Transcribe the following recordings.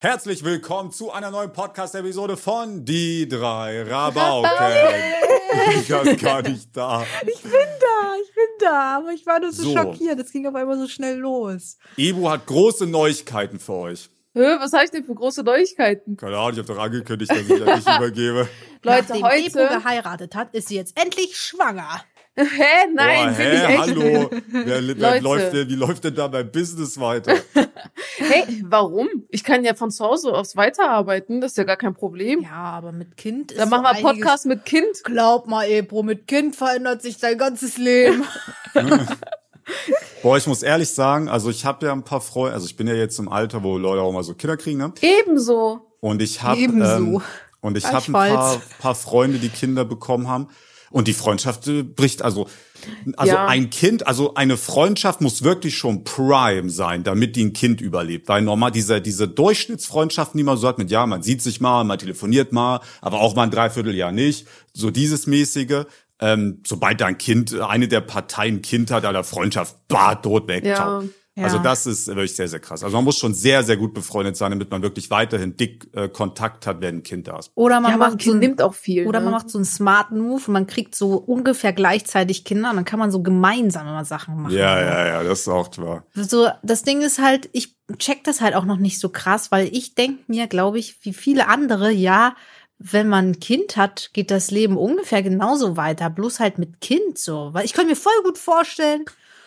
Herzlich willkommen zu einer neuen Podcast-Episode von Die drei Rabauken. Ich bin gar nicht da. Ich bin da, aber ich war nur so schockiert. Es ging auf einmal so schnell los. Ibu hat große Neuigkeiten für euch. Was habe ich denn für große Neuigkeiten? Keine Ahnung, ich habe doch angekündigt, dass ich euch nicht übergebe. Leute, Nachdem heute... Ibu geheiratet hat, ist sie jetzt endlich schwanger. Hä? Nein, bin ich echt hallo. Leute. Wie läuft denn da mein Business weiter? Hey, warum? Ich kann ja von zu Hause aus weiterarbeiten, das ist ja gar kein Problem. Ja, aber mit Kind ist Dann machen wir Podcast mit Kind. Glaub mal, Ebro, mit Kind verändert sich dein ganzes Leben. Boah, ich muss ehrlich sagen, also ich habe ja ein paar Freunde, also ich bin ja jetzt im Alter, wo Leute auch mal so Kinder kriegen, ne? Ebenso. Und ich habe Ebenso. ein paar Freunde, die Kinder bekommen haben. Und die Freundschaft bricht, also Ja. ein Kind, also eine Freundschaft muss wirklich schon prime sein, damit die ein Kind überlebt. Weil normal diese Durchschnittsfreundschaften, die man so hat mit, ja, man sieht sich mal, man telefoniert mal, aber auch mal ein Dreivierteljahr nicht, so dieses mäßige. Sobald da ein Kind, eine der Parteien ein Kind hat, Alter, Freundschaft, tot weg, ciao. Also das ist wirklich sehr, sehr krass. Also man muss schon sehr, sehr gut befreundet sein, damit man wirklich weiterhin dick Kontakt hat, wenn ein Kind da ist. Oder man Ja, macht man Kind nimmt auch viel. Oder ne? man macht so einen smarten Move und man kriegt so ungefähr gleichzeitig Kinder und dann kann man so gemeinsam immer Sachen machen. Ja, das ist auch wahr. So, das Ding ist halt, ich check das halt auch noch nicht so krass, weil ich denke mir, glaube ich, wie viele andere, ja, wenn man ein Kind hat, geht das Leben ungefähr genauso weiter, bloß halt mit Kind so. Weil ich könnte mir voll gut vorstellen,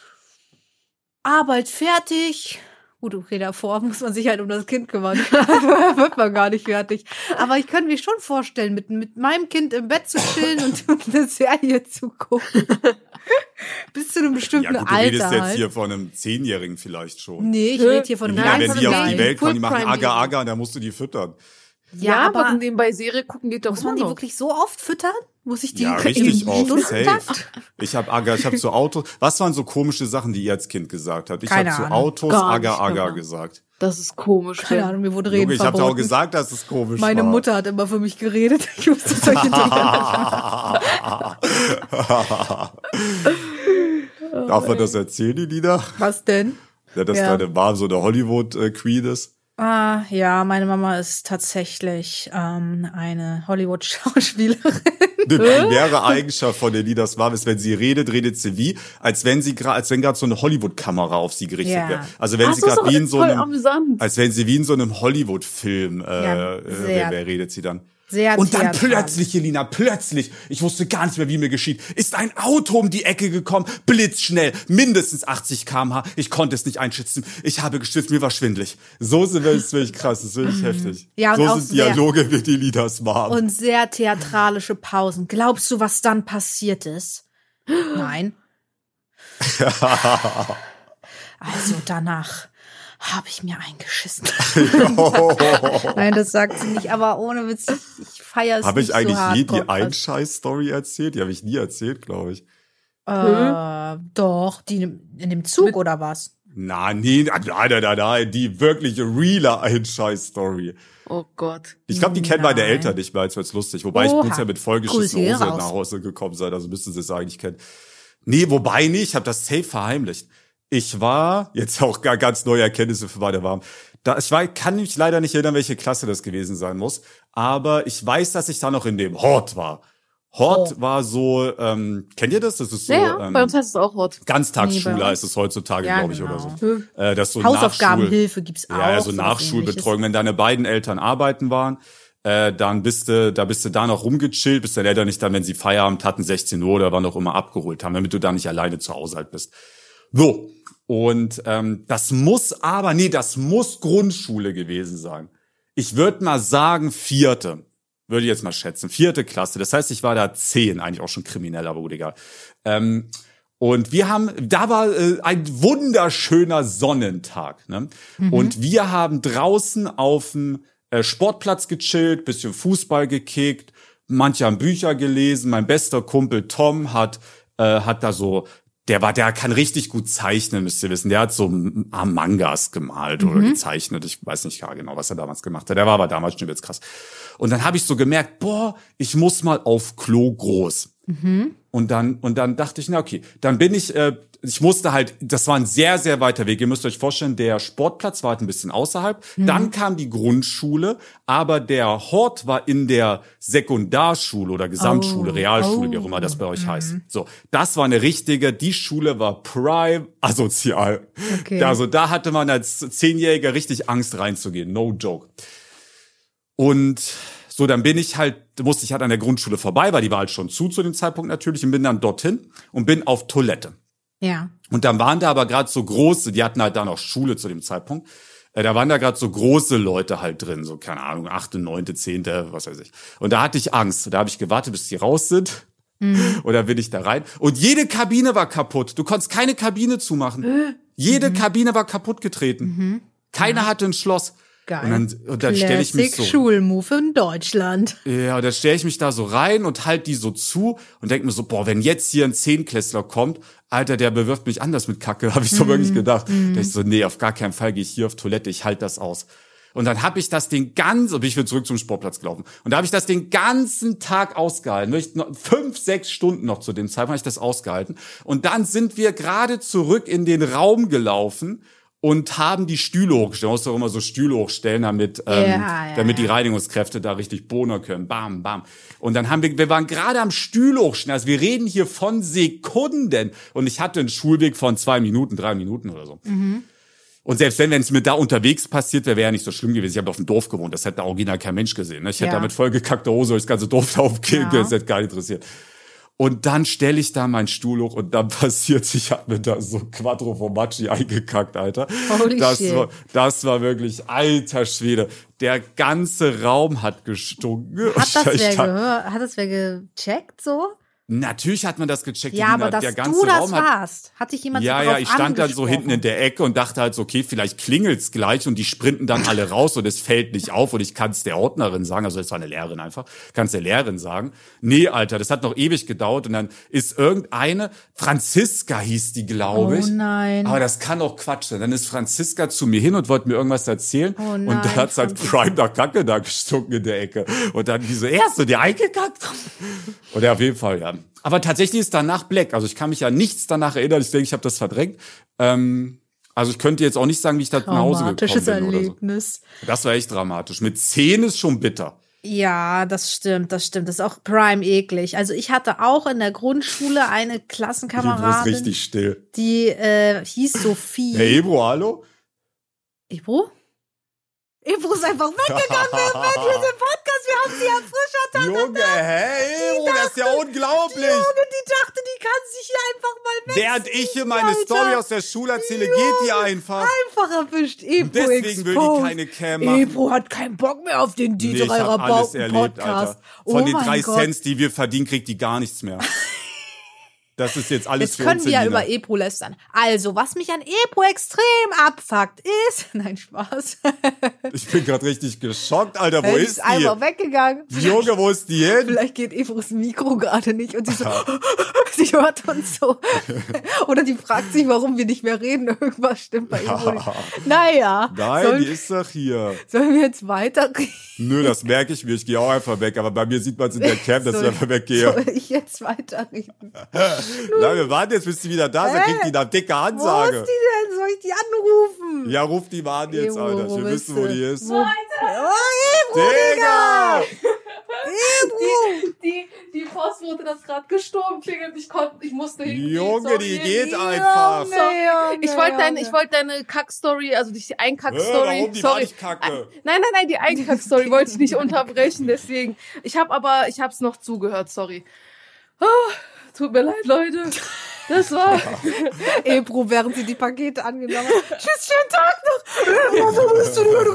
Arbeit fertig. Gut, okay, davor muss man sich halt um das Kind kümmern. Da wird man gar nicht fertig. Aber ich könnte mir schon vorstellen, mit meinem Kind im Bett zu chillen und eine Serie zu gucken. Bis zu einem bestimmten Ja gut, du Alter redest jetzt halt. hier von einem 10-Jährigen vielleicht schon. Nee, ich rede hier von einem Ja, Nein, wenn ganzen die auf Nein, die Welt kommen, die Full machen Prime Aga Leben. Aga, dann musst du die füttern. Ja, aber aber nebenbei Serie gucken geht doch muss man die immer noch. wirklich so oft füttern? Muss ich die Ja, richtig im oft, Stundentakt? safe. Ich habe so Autos. Was waren so komische Sachen, die ihr als Kind gesagt habt? Ich Keine habe zu Ahnung. Autos Gar nicht, Aga Mama. gesagt. Das ist komisch. Keine Ahnung, mir wurde Reden Junge, ich habe verboten. auch gesagt, dass es komisch Meine war. Mutter hat immer für mich geredet. Ich musste solche Dinge Darf man das erzählen, die Lieder? Was denn? Ja, dass Ja. deine Mom so eine Hollywood-Queen ist. Ah, ja, meine Mama ist tatsächlich eine Hollywood-Schauspielerin. Die primäre Eigenschaft von der Lieders Mom ist, wenn sie redet sie wie, als wenn gerade so eine Hollywood-Kamera auf sie gerichtet Ja. wäre. Also wenn Ach, sie das ist gerade doch wie in so voll einem, amüsant. als wenn sie wie in so einem Hollywood-Film, Ja, sehr. wer redet sie dann? Sehr Und dann theatralisch. plötzlich, Jelina, plötzlich, ich wusste gar nicht mehr, wie mir geschieht, ist ein Auto um die Ecke gekommen, blitzschnell, mindestens 80 km/h. Ich konnte es nicht einschätzen. Ich habe gestürzt, mir war schwindelig. So sind wir, das ist wirklich krass, das ist wirklich heftig. Ja, und so auch sind Dialoge mit die Lieders Mom. Und sehr theatralische Pausen. Glaubst du, was dann passiert ist? Nein. Also danach habe ich mir eingeschissen. Nein, das sagt sie nicht, aber ohne Witz, ich feiere es Habe nicht ich eigentlich so je die hardcore. Einscheiß-Story erzählt? Die habe ich nie erzählt, glaube ich. Doch, die in dem Zug oder was? Nein, die wirkliche reale Einscheiß-Story. Oh Gott. Ich glaube, die kennen meine Nein. Eltern nicht mehr, als wird's lustig. Wobei ich Oha. muss ja mit vollgeschissenen Grüße Hose gehen raus. nach Hause gekommen sein, also müssten sie es eigentlich kennen. Nee, wobei nicht, ich habe das safe verheimlicht. Ich war, jetzt auch gar ganz neue Erkenntnisse für meine Mom. Kann mich leider nicht erinnern, welche Klasse das gewesen sein muss, aber ich weiß, dass ich da noch in dem Hort war. Hort war so, kennt ihr das? Das ist so Ja, bei uns heißt es auch Hort. Ganztagsschule Nee, bei uns- heißt es heutzutage, Ja, glaube ich, genau. oder so. Das ist so Hausaufgabenhilfe gibt's auch. Ja, so sowas Nachschulbetreuung. Wenn deine beiden Eltern arbeiten waren, dann bist du da noch rumgechillt, bis deine Eltern nicht dann, wenn sie Feierabend hatten, 16 Uhr oder wann auch immer abgeholt haben, damit du da nicht alleine zu Hause halt bist. So. Und das muss Grundschule gewesen sein. Ich würde mal sagen, 4. Würde ich jetzt mal schätzen. 4. Klasse. Das heißt, ich war da 10, eigentlich auch schon kriminell, aber gut, egal. Und da war ein wunderschöner Sonnentag, ne? Und wir haben draußen auf dem Sportplatz gechillt, bisschen Fußball gekickt, manche haben Bücher gelesen. Mein bester Kumpel Tom hat da so, der kann richtig gut zeichnen, müsst ihr wissen. Der hat so Mangas gemalt oder gezeichnet. Ich weiß nicht gar genau, was er damals gemacht hat. Der war aber damals schon jetzt krass. Und dann habe ich so gemerkt, ich muss mal auf Klo groß. Und dann dachte ich, na okay, dann bin ich musste halt, das war ein sehr, sehr weiter Weg. Ihr müsst euch vorstellen, der Sportplatz war halt ein bisschen außerhalb. Dann kam die Grundschule, aber der Hort war in der Sekundarschule oder Gesamtschule, Realschule, wie auch immer das bei euch heißt. So, das war eine richtige, die Schule war prime asozial. Okay. Also da hatte man als 10-Jähriger richtig Angst reinzugehen, no joke. Und so, dann musste ich halt an der Grundschule vorbei, weil die war halt schon zu dem Zeitpunkt natürlich, und bin dann dorthin und bin auf Toilette. Ja. Und dann waren da aber gerade so große, die hatten halt da noch Schule zu dem Zeitpunkt, da waren da gerade so große Leute halt drin, so keine Ahnung, 8., 9., 10., was weiß ich. Und da hatte ich Angst, da habe ich gewartet, bis die raus sind. Und dann bin ich da rein. Und jede Kabine war kaputt. Du konntest keine Kabine zumachen. Jede Kabine war kaputt getreten. Keiner hatte ein Schloss. Geil. Und dann stelle ich mich so. Schulmove in Deutschland. Ja, da stelle ich mich da so rein und halt die so zu und denke mir so, boah, wenn jetzt hier ein Zehnklässler kommt, Alter, der bewirft mich anders mit Kacke, habe ich so wirklich gedacht. Da ich so, nee, auf gar keinen Fall gehe ich hier auf Toilette, ich halte das aus. Und dann habe ich das bin ich wieder zurück zum Sportplatz gelaufen. Und da habe ich das den ganzen Tag ausgehalten. Wirklich 5, 6 Stunden noch zu dem Zeitpunkt habe ich das ausgehalten. Und dann sind wir gerade zurück in den Raum gelaufen und haben die Stühle hochgestellt. Man muss doch immer so Stühle hochstellen, damit die Reinigungskräfte da richtig bohnen können. Bam, bam. Und dann wir waren gerade am Stühle hochstellen. Also wir reden hier von Sekunden. Und ich hatte einen Schulweg von 2 Minuten, 3 Minuten oder so. Und selbst wenn es mir da unterwegs passiert wäre, wäre ja nicht so schlimm gewesen. Ich habe auf dem Dorf gewohnt. Das hätte original kein Mensch gesehen. Ne? Ich hätte da mit vollgekackter Hose das ganze Dorf aufgehen können. Das hätte gar nicht interessiert. Und dann stelle ich da meinen Stuhl hoch und dann passiert's, ich habe mir da so Quattro Formaggi eingekackt, Alter. Holy shit. Das war wirklich, alter Schwede. Der ganze Raum hat gestunken. Hat das wer gecheckt so? Natürlich hat man das gecheckt. Ja, aber dass der ganze du das Raum warst, hat dich jemand Ja, so drauf ich stand dann so hinten in der Ecke und dachte halt so, okay, vielleicht klingelt's gleich und die sprinten dann alle raus und es fällt nicht auf und ich kann's der Ordnerin sagen, also das war eine Lehrerin einfach, kann's der Lehrerin sagen. Nee, Alter, das hat noch ewig gedauert und dann ist irgendeine, Franziska hieß die, glaube ich. Oh nein. Aber das kann auch Quatsch sein. Dann ist Franziska zu mir hin und wollte mir irgendwas erzählen und da hat's halt Franziska. Prime nach Kacke da gestunken in der Ecke. Und dann diese, hast du dir eingekackt? Und ja, auf jeden Fall, ja. Aber tatsächlich ist danach Black. Also ich kann mich ja nichts danach erinnern. Ich denke, ich habe das verdrängt. Also ich könnte jetzt auch nicht sagen, wie ich da nach Hause gekommen bin. Dramatisches Erlebnis. Oder so. Das war echt dramatisch. Mit 10 ist schon bitter. Ja, das stimmt. Das ist auch prime eklig. Also ich hatte auch in der Grundschule eine Ebro ist Klassenkameradin, richtig still. die hieß Sophie. Hey Ebro, hallo? Ebro? Ebro ist einfach weggegangen während diesem Podcast. Wir haben sie ja frischer Junge, hey Ebro, das ist ja unglaublich. Junge, die dachte, die kann sich hier einfach mal weg. Während ich hier meine Alter. Story aus der Schule erzähle, geht die einfach. Einfach erwischt. Ebro Deswegen will die keine Cam machen. Ebro hat keinen Bock mehr auf den Nee, ich Dieter hab alles erlebt, Podcast. Alter. Von Oh den mein 3 Gott. Cents, die wir verdienen, kriegt die gar nichts mehr. Das ist jetzt alles Jetzt für können uns, wir ja Selina. über Ebro lästern. Also, was mich an Ebro extrem abfuckt ist... Nein, Spaß. Ich bin gerade richtig geschockt, Alter. Wo Die ist die? einfach weggegangen. Junge, wo ist die hin? Vielleicht geht Ebros Mikro gerade nicht und sie so, sie hört uns so. Oder die fragt sich, warum wir nicht mehr reden. Irgendwas stimmt bei Ebro nicht. Naja. Nein, die ist doch hier. Sollen wir jetzt weiterreden? Nö, das merke ich mir. Ich gehe auch einfach weg. Aber bei mir sieht man es in der Cam, dass ich einfach weggehe. Soll ich jetzt weiterreden? Nein, wir warten jetzt, bis die wieder da sind. Kriegt die eine dicke Wo ist Ansage. die denn? Soll ich die anrufen? Ja, ruf die mal an jetzt, Ebro, Alter. Ich wo will bist wissen, wo du? die ist. Oh, Ebro, Digga! Ebro! Die Post wurde das gerade gestorben, klingelt, ich musste hingehen. Junge, sorry. die geht einfach. Ich wollte deine Kack-Story, also die Einkack-Story. Warum? Die war nicht kacke. Nein, die Einkack-Story wollte ich nicht unterbrechen, deswegen. Ich hab's noch zugehört, sorry. Ah, tut mir leid, Leute. Das war... Ebro, während sie die Pakete angenommen hat. Tschüss, schönen Tag noch. Wo bist du denn?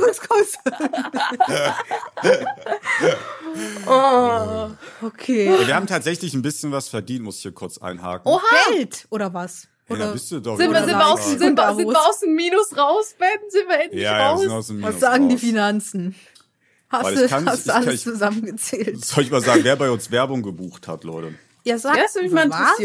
Du Okay. Wir haben tatsächlich ein bisschen was verdient, muss ich hier kurz einhaken. Oha! Geld oder was? Ja, Oder da bist du doch. Sind oder? wir aus dem Minus raus, Ben? Sind wir endlich Ja, raus? wir sind aus dem Minus was sagen die raus. Finanzen? Weil Hast du alles zusammengezählt? Soll ich mal sagen, wer bei uns Werbung gebucht hat, Leute? Ja, sag, Ja, das würde mich mal was? interessieren.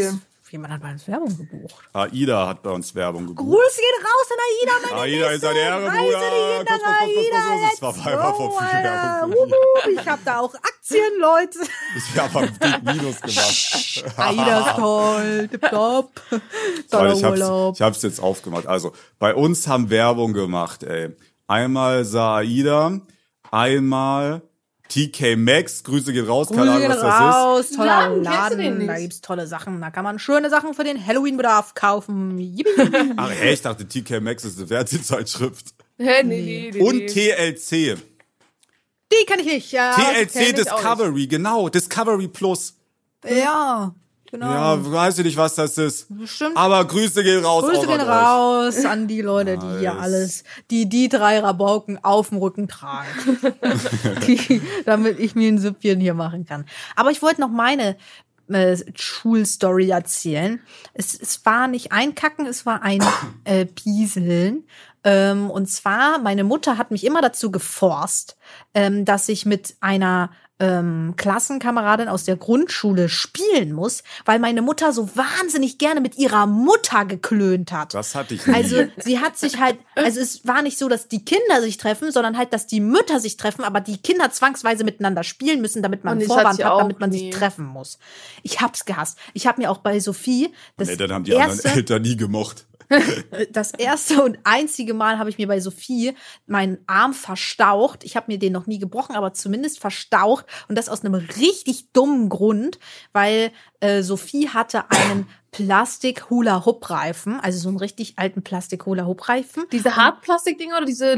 Jemand hat bei uns Werbung gebucht. Aida hat bei uns Werbung gebucht. Grüße gehen raus an Aida, meine Aida ist eine Ehre, Bruder. Das war einfach vor viel Werbung. Ich habe da auch Aktien, Leute. Ich habe am dick Minus gemacht. Aida ist toll, tipptopp. Toller Urlaub. Ich hab's jetzt aufgemacht. Also, bei uns haben Werbung gemacht, ey. Einmal Saida, einmal TK Maxx, Grüße gehen raus, keine Ahnung, was das ist. Toller Laden, kennst du den Laden, nicht? da gibt's tolle Sachen. Da kann man schöne Sachen für den Halloween-Bedarf kaufen. Yippie. Ach, ey, ich dachte, TK Maxx ist eine Fernsehzeitschrift. Hä, nee. Und TLC. Die kann ich nicht. Ja, TLC kenn ich auch Discovery, genau, Discovery Plus. ja, genau. Ja, weiß ich nicht, was das ist. Bestimmt. Aber Grüße gehen raus. Grüße auch gehen an euch. raus an die Leute, die hier Nice. alles, die drei Rabauken auf dem Rücken tragen. Damit ich mir ein Süppchen hier machen kann. Aber ich wollte noch meine Schulstory erzählen. Es war nicht ein Kacken, es war ein Pieseln. Und zwar, meine Mutter hat mich immer dazu geforst, dass ich mit einer Klassenkameradin aus der Grundschule spielen muss, weil meine Mutter so wahnsinnig gerne mit ihrer Mutter geklönt hat. Das hatte ich nie. Also sie hat sich halt, also es war nicht so, dass die Kinder sich treffen, sondern halt, dass die Mütter sich treffen, aber die Kinder zwangsweise miteinander spielen müssen, damit man Und das Vorwand hat sie hat, auch damit man nie. sich treffen muss. Ich hab's gehasst. Ich habe mir auch bei Sophie Nee, dann haben die anderen Eltern nie gemocht. das erste und einzige Mal habe ich mir bei Sophie meinen Arm verstaucht. Ich habe mir den noch nie gebrochen, aber zumindest verstaucht. Und das aus einem richtig dummen Grund, weil Sophie hatte einen Plastik-Hula-Hoop-Reifen, also so einen richtig alten Plastik-Hula-Hoop-Reifen. Diese Hartplastikdinger oder diese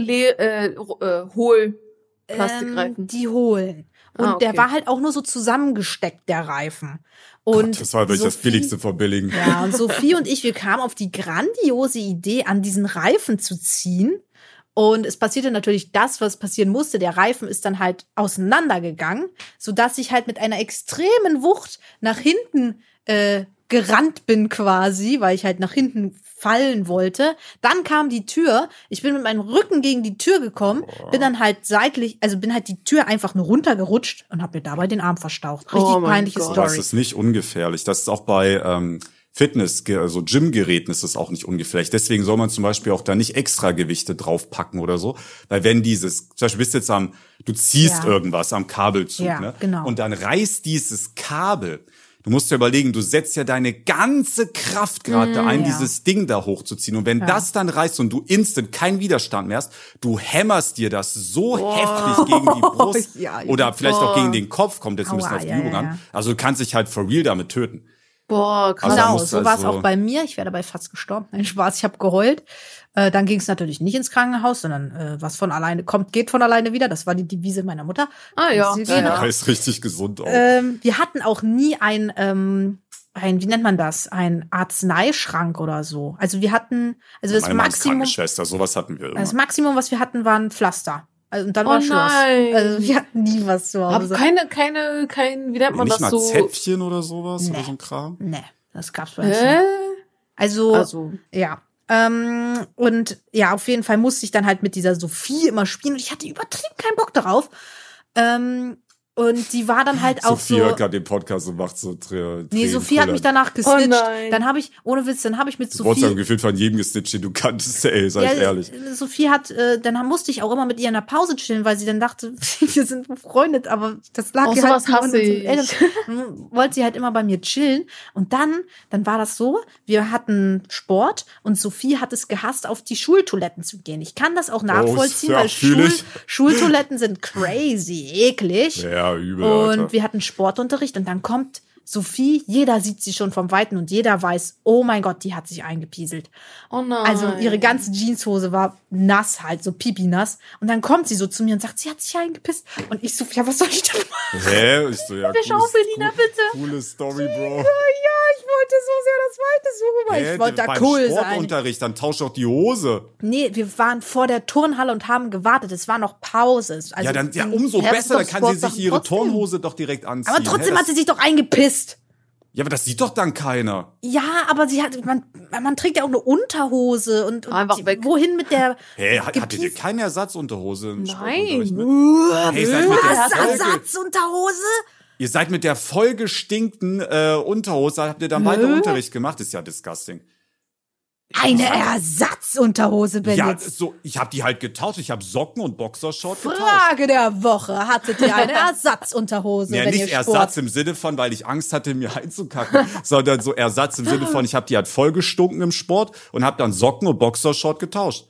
Hohlplastikreifen? Die holen. Und Ah, okay. der war halt auch nur so zusammengesteckt, der Reifen. Und Das war wirklich das Sophie- Billigste von Billigen. Ja, und Sophie und ich, wir kamen auf die grandiose Idee, an diesen Reifen zu ziehen. Und es passierte natürlich das, was passieren musste. Der Reifen ist dann halt auseinandergegangen, sodass ich halt mit einer extremen Wucht nach hinten gerannt bin quasi, weil ich halt nach hinten fallen wollte. Dann kam die Tür. Ich bin mit meinem Rücken gegen die Tür gekommen, bin dann halt seitlich, also bin halt die Tür einfach nur runtergerutscht und habe mir dabei den Arm verstaucht. Richtig Oh mein peinliche Gott. Das Story. ist nicht ungefährlich. Das ist auch bei Fitness, also Gym-Geräten ist es auch nicht ungefährlich. Deswegen soll man zum Beispiel auch da nicht extra Gewichte draufpacken oder so. Weil wenn dieses, zum Beispiel bist du jetzt du ziehst Ja. irgendwas am Kabelzug, Ja, ne? genau. Und dann reißt dieses Kabel. Du musst dir überlegen, du setzt ja deine ganze Kraft gerade da ein, ja. dieses Ding da hochzuziehen. Und wenn das dann reißt und du instant keinen Widerstand mehr hast, du hämmerst dir das so heftig gegen die Brust Ja, oder vielleicht auch gegen den Kopf, kommt jetzt ein bisschen Aua, auf die ja, Übung ja, an. ja. Also du kannst dich halt for real damit töten. Boah, krass. Also da Genau, musst du so war es also- auch bei mir. Ich wäre dabei fast gestorben. Nein, Spaß, ich habe geheult. Dann ging es natürlich nicht ins Krankenhaus, sondern was von alleine kommt, geht von alleine wieder. Das war die Devise meiner Mutter. Ah ja, Sie ja, gehen ja. Der ist richtig gesund auch. Wir hatten auch nie ein, wie nennt man das? Ein Arzneischrank oder so. Also wir hatten, also das Meine Mama ist Maximum, Krankenschwester, sowas hatten wir immer. das Maximum, was wir hatten, waren Pflaster. Also, und dann Oh war Schluss. nein. Also wir hatten nie was zu Hab Hause. kein, wie nennt man Nicht das mal so? Zäpfchen oder sowas oder so ein Kram. Nee, das gab's bei uns nicht. Hä? Also, ja. Und ja, auf jeden Fall musste ich dann halt mit dieser Sophie immer spielen und ich hatte übertrieben keinen Bock darauf. Und die war dann halt auch Sophie so. hört gerade den Podcast und macht so Nee, Sophie hat mich danach Oh gesnitcht. nein. Dann habe ich, ohne Witz, dann habe ich mit Du wurdest Sophie. ja gefühlt von jedem gesnitcht, den du kanntest, ey, sag ich ehrlich. Sophie hat, dann musste ich auch immer mit ihr in der Pause chillen, weil sie dann dachte, wir sind befreundet, aber das lag Oh, ja sowas halt nur an hasse unseren ich. Eltern. Dann wollte sie halt immer bei mir chillen und dann war das so, wir hatten Sport und Sophie hat es gehasst, auf die Schultoiletten zu gehen. Ich kann das auch nachvollziehen, ja, weil fühl ich. Schultoiletten sind crazy, eklig. Ja, übel, Und Alter. wir hatten Sportunterricht und dann kommt Sophie, jeder sieht sie schon vom Weiten und jeder weiß, oh mein Gott, die hat sich eingepieselt. Oh nein. Also ihre ganze Jeanshose war nass halt, so pipi-nass. Und dann kommt sie so zu mir und sagt, sie hat sich eingepisst. Und ich so, ja, was soll ich denn machen? Hä? Ich so, ja, Schaufel, Nina, bitte. Coole Story, Bro. Ja, ich wollte so sehr das Weite suchen, weil ich wollte da beim cool sein. Sportunterricht, dann tausch doch die Hose. Nee, wir waren vor der Turnhalle und haben gewartet. Es war noch Pause. Also Ja, dann ja umso Ja, besser, dann das ist kann doch sie sich Sportsachen ihre trotzdem. Turnhose doch direkt anziehen. aber trotzdem Hä, hat sie sich doch eingepisst. Ja, aber das sieht doch dann keiner. Ja, aber man trägt ja auch eine Unterhose und Einfach weg. wohin mit der Hä, hattet ihr gepiest- keine Ersatzunterhose im Nein. Sportunterricht mit? Hey, seid mit der Was? Folge. Ersatzunterhose? Ihr seid mit der vollgestinkten Unterhose, habt ihr dann weiter Unterricht gemacht? Ist ja disgusting. Eine Ersatzunterhose, Ja, Benitz. so, ich habe die halt getauscht. Ich habe Socken und Boxershort getauscht. Frage der Woche. Hattet ihr eine Ersatzunterhose, Ja, wenn nicht ihr Sport... Ersatz im Sinne von, weil ich Angst hatte, mir einzukacken, sondern so Ersatz im Sinne von, ich habe die halt vollgestunken im Sport und habe dann Socken und Boxershort getauscht.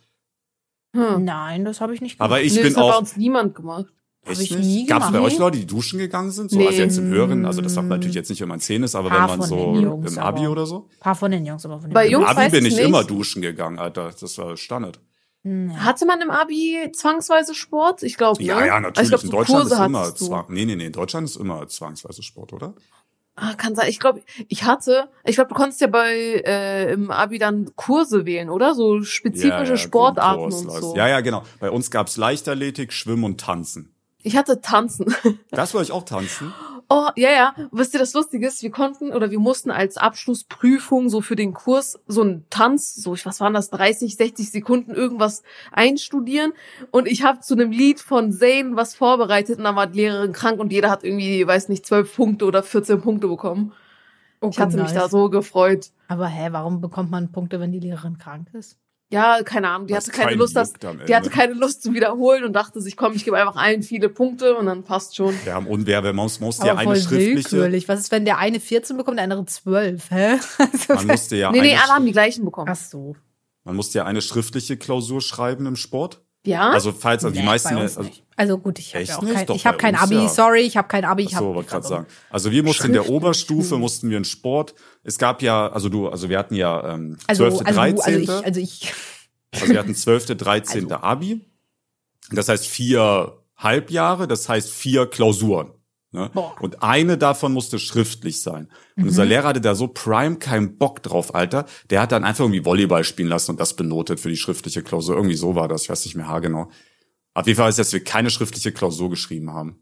Nein, das habe ich nicht gemacht. Aber ich Nee, bin das hat bei auch... uns niemand gemacht. Hab ich Echt nie nicht? Gab's bei gemacht. euch Leute, die duschen gegangen sind? So, Nee. also jetzt im Höheren, also das sagt man natürlich jetzt nicht, wenn man 10 ist, aber wenn Paar man von so den Jungs, im Abi aber- oder so. Ein paar von den Jungs, aber von den Bei Im Jungs Abi weiß bin ich ich nicht. immer duschen gegangen, Alter. Das war Standard. Hatte man im Abi zwangsweise Sport? Ich glaube, Ja, ne? ja, Also natürlich. ich glaub, in so Deutschland Kurse ist immer hattest du. Nee, in Deutschland ist immer zwangsweise Sport, oder? Kann sein. Ich glaube, du konntest ja im Abi dann Kurse wählen, oder? So spezifische Sportarten Grundkurs, und so. Ja, genau. Bei uns gab's Leichtathletik, Schwimmen und Tanzen. Ich hatte Tanzen. Das wollte ich auch tanzen. Oh, ja. Wisst ihr, das Lustige ist, wir mussten als Abschlussprüfung so für den Kurs so einen Tanz, was waren das, 30, 60 Sekunden irgendwas einstudieren. Und ich habe zu einem Lied von Zayn was vorbereitet und dann war die Lehrerin krank und jeder hat irgendwie, weiß nicht, 12 Punkte oder 14 Punkte bekommen. Ich hatte mich da so gefreut. Aber warum bekommt man Punkte, wenn die Lehrerin krank ist? Ja, keine Ahnung, die Was hatte keine keinen Lust, juckt am die hatte Ende. keine Lust zu wiederholen und dachte sich, komm, ich gebe einfach allen viele Punkte und dann passt schon. Ja, und man muss ja Aber eine voll schriftliche, willkürlich. Was ist, wenn der eine 14 bekommt, der andere 12? Hä? Also, man musste ja Nee, eine, alle haben die gleichen bekommen. ach so. man musste ja eine schriftliche Klausur schreiben im Sport. Ja? Also falls die Nee, meisten, bei uns also, nicht. Also gut, ich habe Echt ja auch nicht? kein, Doch, ich hab bei kein uns Abi, ja. sorry, ich habe kein Abi. so, wollte gerade sagen. Also wir mussten in der Oberstufe mussten wir in Sport. Es gab ja, also wir hatten ja 12., 13. Also wir hatten 12., 13. Abi. Das heißt 4 Halbjahre, das heißt 4 Klausuren. Ne? Boah. Und eine davon musste schriftlich sein. Und unser Lehrer hatte da so prime keinen Bock drauf, Alter. Der hat dann einfach irgendwie Volleyball spielen lassen und das benotet für die schriftliche Klausur. Irgendwie so war das, ich weiß nicht mehr haargenau. Auf jeden Fall ist, dass wir keine schriftliche Klausur geschrieben haben.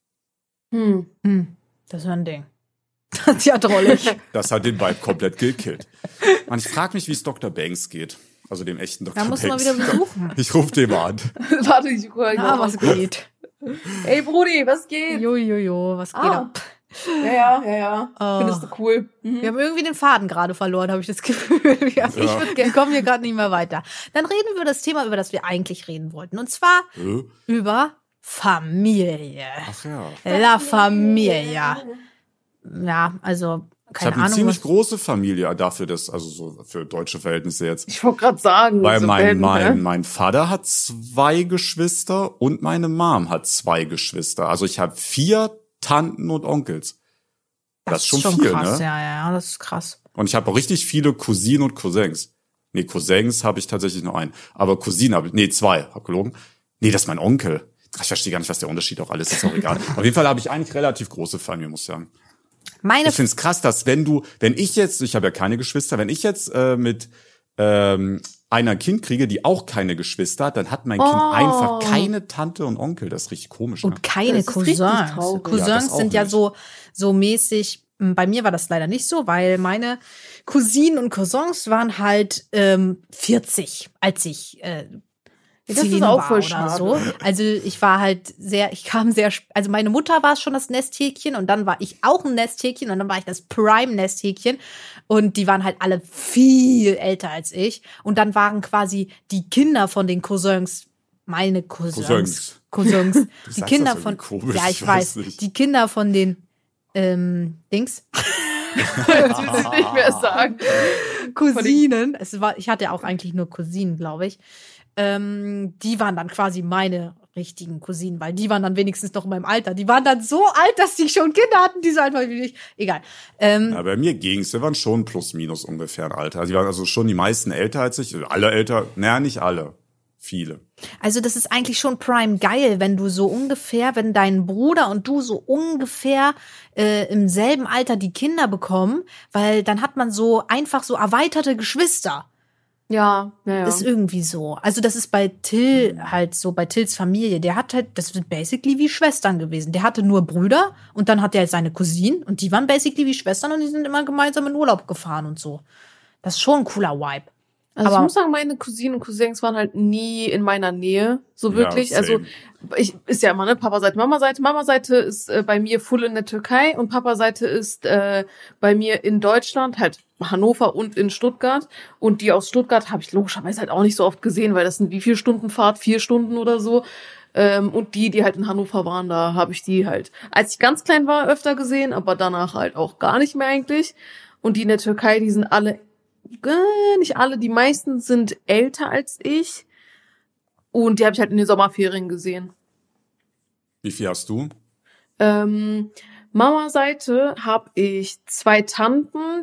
Das ist ein Ding. Das ist ja drollig. Das hat den Vibe komplett gekillt. Man, ich frage mich, wie es Dr. Banks geht. Also dem echten Dr. Da Banks. musst du mal wieder besuchen. Ich rufe den mal an. Warte, ich gucke Ah, was geht? Ey, Brudi, was geht? Jojojo, was geht ab? Ja. Findest du cool? Wir haben irgendwie den Faden gerade verloren, habe ich das Gefühl. Wir kommen hier gerade nicht mehr weiter. Dann reden wir über das Thema, über das wir eigentlich reden wollten. Und zwar über Familie. Ach ja. La Familia. Ja, also Ich keine habe eine Ahnung. ziemlich große Familie dafür, also so für deutsche Verhältnisse jetzt. Ich wollte gerade sagen. Weil so mein Vater hat 2 Geschwister und meine Mom hat 2 Geschwister. Also ich habe 4 Tanten und Onkels. Das ist schon viel, krass, ne? Ja, das ist krass. Und ich habe auch richtig viele Cousinen und Cousins. Nee, Cousins habe ich tatsächlich nur einen. Aber Cousinen habe ich, 2, hab gelogen. Nee, das ist mein Onkel. Ich verstehe gar nicht, was der Unterschied auch alles ist, auch egal. Auf jeden Fall habe ich eigentlich relativ große Familie, muss ich sagen. Ich find's krass, dass ich habe ja keine Geschwister, wenn ich jetzt mit einer Kind kriege, die auch keine Geschwister hat, dann hat mein Kind einfach keine Tante und Onkel. Das ist richtig komisch. Ne? Und keine Das ist richtig Cousins. traurig. Ja, Cousins das auch sind ja nicht. so mäßig. Bei mir war das leider nicht so, weil meine Cousinen und Cousins waren halt 40, als ich Das ist 10 auch war voll oder schade. so. Also also meine Mutter war schon das Nesthäkchen und dann war ich auch ein Nesthäkchen und dann war ich das Prime-Nesthäkchen und die waren halt alle viel älter als ich und dann waren quasi die Kinder von den Cousins meine Cousins. Du Die sagst Kinder das von, irgendwie komisch, ja, ich weiß, nicht. die Kinder von den Dings, Das will ich nicht mehr sagen. Cousinen, ich hatte auch eigentlich nur Cousinen, glaube ich. Die waren dann quasi meine richtigen Cousinen, weil die waren dann wenigstens noch in meinem Alter. Die waren dann so alt, dass die schon Kinder hatten, die so einfach wie ich. Egal. Ja, bei mir ging's. Wir waren schon plus minus ungefähr ein Alter. Die waren also schon die meisten älter als ich. Alle älter, naja, nicht alle. Viele. Also das ist eigentlich schon prime geil, wenn du so ungefähr, wenn dein Bruder und du so ungefähr im selben Alter die Kinder bekommen, weil dann hat man so einfach so erweiterte Geschwister. Ja. Das ist irgendwie so. Also das ist bei Till halt so, bei Tills Familie. Der hat halt, das wird basically wie Schwestern gewesen. Der hatte nur Brüder und dann hat er halt seine Cousinen und die waren basically wie Schwestern und die sind immer gemeinsam in Urlaub gefahren und so. Das ist schon ein cooler Vibe. Also Aber- ich muss sagen, meine Cousinen und Cousins waren halt nie in meiner Nähe, so wirklich. Ja, Also same. ist ja immer, ne, Papa-Seite, Mama-Seite. Mama-Seite ist bei mir full in der Türkei und Papa-Seite ist bei mir in Deutschland, halt Hannover und in Stuttgart. Und die aus Stuttgart habe ich logischerweise halt auch nicht so oft gesehen, weil das sind wie 4 Stunden Fahrt, 4 Stunden oder so. Und die halt in Hannover waren, da habe ich die halt, als ich ganz klein war, öfter gesehen, aber danach halt auch gar nicht mehr eigentlich. Und die in der Türkei, die sind alle, nicht alle, die meisten sind älter als ich. Und die habe ich halt in den Sommerferien gesehen. Wie viel hast du? Mama-Seite habe ich 2 Tanten,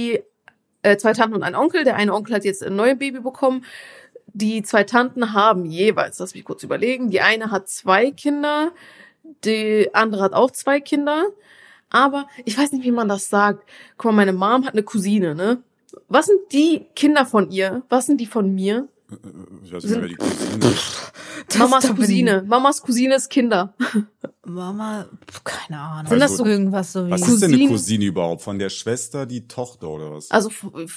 2 Tanten und einen Onkel. Der eine Onkel hat jetzt ein neues Baby bekommen. Die 2 Tanten haben jeweils, lass mich kurz überlegen, die eine hat 2 Kinder, die andere hat auch 2 Kinder. Aber ich weiß nicht, wie man das sagt. Guck mal, meine Mom hat eine Cousine, ne? Was sind die Kinder von ihr? Was sind die von mir? Ich weiß nicht mehr, wer die Cousine ist. Mamas doch Cousine. Mamas Cousines Kinder. Mama, keine Ahnung. Sind das Also, so irgendwas so wie... Was ist denn eine Cousine? Cousine überhaupt? Von der Schwester die Tochter oder was? Also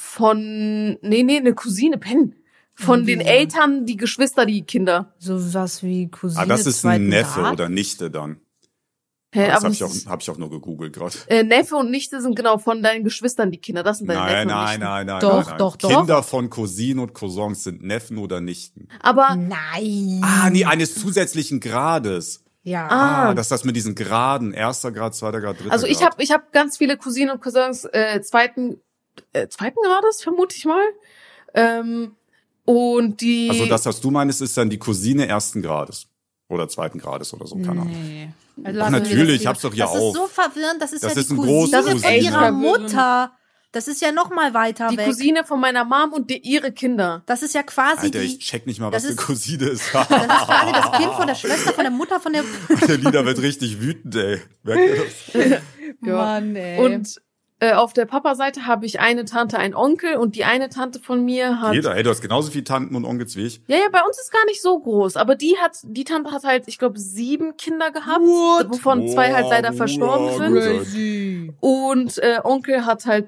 nee, eine Cousine, Pen. Von den Eltern, die Geschwister, die Kinder. So was wie Cousine Das ist zweiten ein Neffe Grad? oder Nichte dann. Hä, Das aber hab ich auch nur gegoogelt gerade. Neffe und Nichte sind genau von deinen Geschwistern die Kinder. Das sind deine Neffen und Nichten. Nein. Doch, nein. doch, doch. Kinder von Cousinen und Cousins sind Neffen oder Nichten. Aber Nein. Nee, eines zusätzlichen Grades. Ja. Das ist das mit diesen Graden. 1. Grad, 2. Grad, 3. also Grad. ich hab ganz viele Cousinen und Cousins zweiten Grades, vermute ich mal. Und die Also das, was du meinst, ist dann die Cousine 1. Grades. Oder 2. Grades oder so, keine Ahnung. Nee. Ach, natürlich, ich hab's doch hier Das auch. ist so verwirrend. Das ist Das ja ist die ein Cousine großes Das ist von echt ihrer verwirrend. Mutter. Das ist ja noch mal weiter die weg. Cousine von meiner Mom und ihre Kinder. Das ist ja quasi Alter, ich die... check nicht mal, das was eine ist- Cousine ist. Das ist quasi das Kind von der Schwester, von der Mutter, von der... Der Lieder wird richtig wütend, ey. Merkt ihr das? Ja. Mann, ey. Und auf der Papa-Seite habe ich eine Tante, einen Onkel und die eine Tante von mir hat Jeder, ey, du hast genauso viele Tanten und Onkels wie ich. Ja, bei uns ist gar nicht so groß, aber die Tante hat halt, ich glaube, 7 Kinder gehabt, wovon 2 halt leider Boah, verstorben gut, sind. Alter. Und Onkel hat halt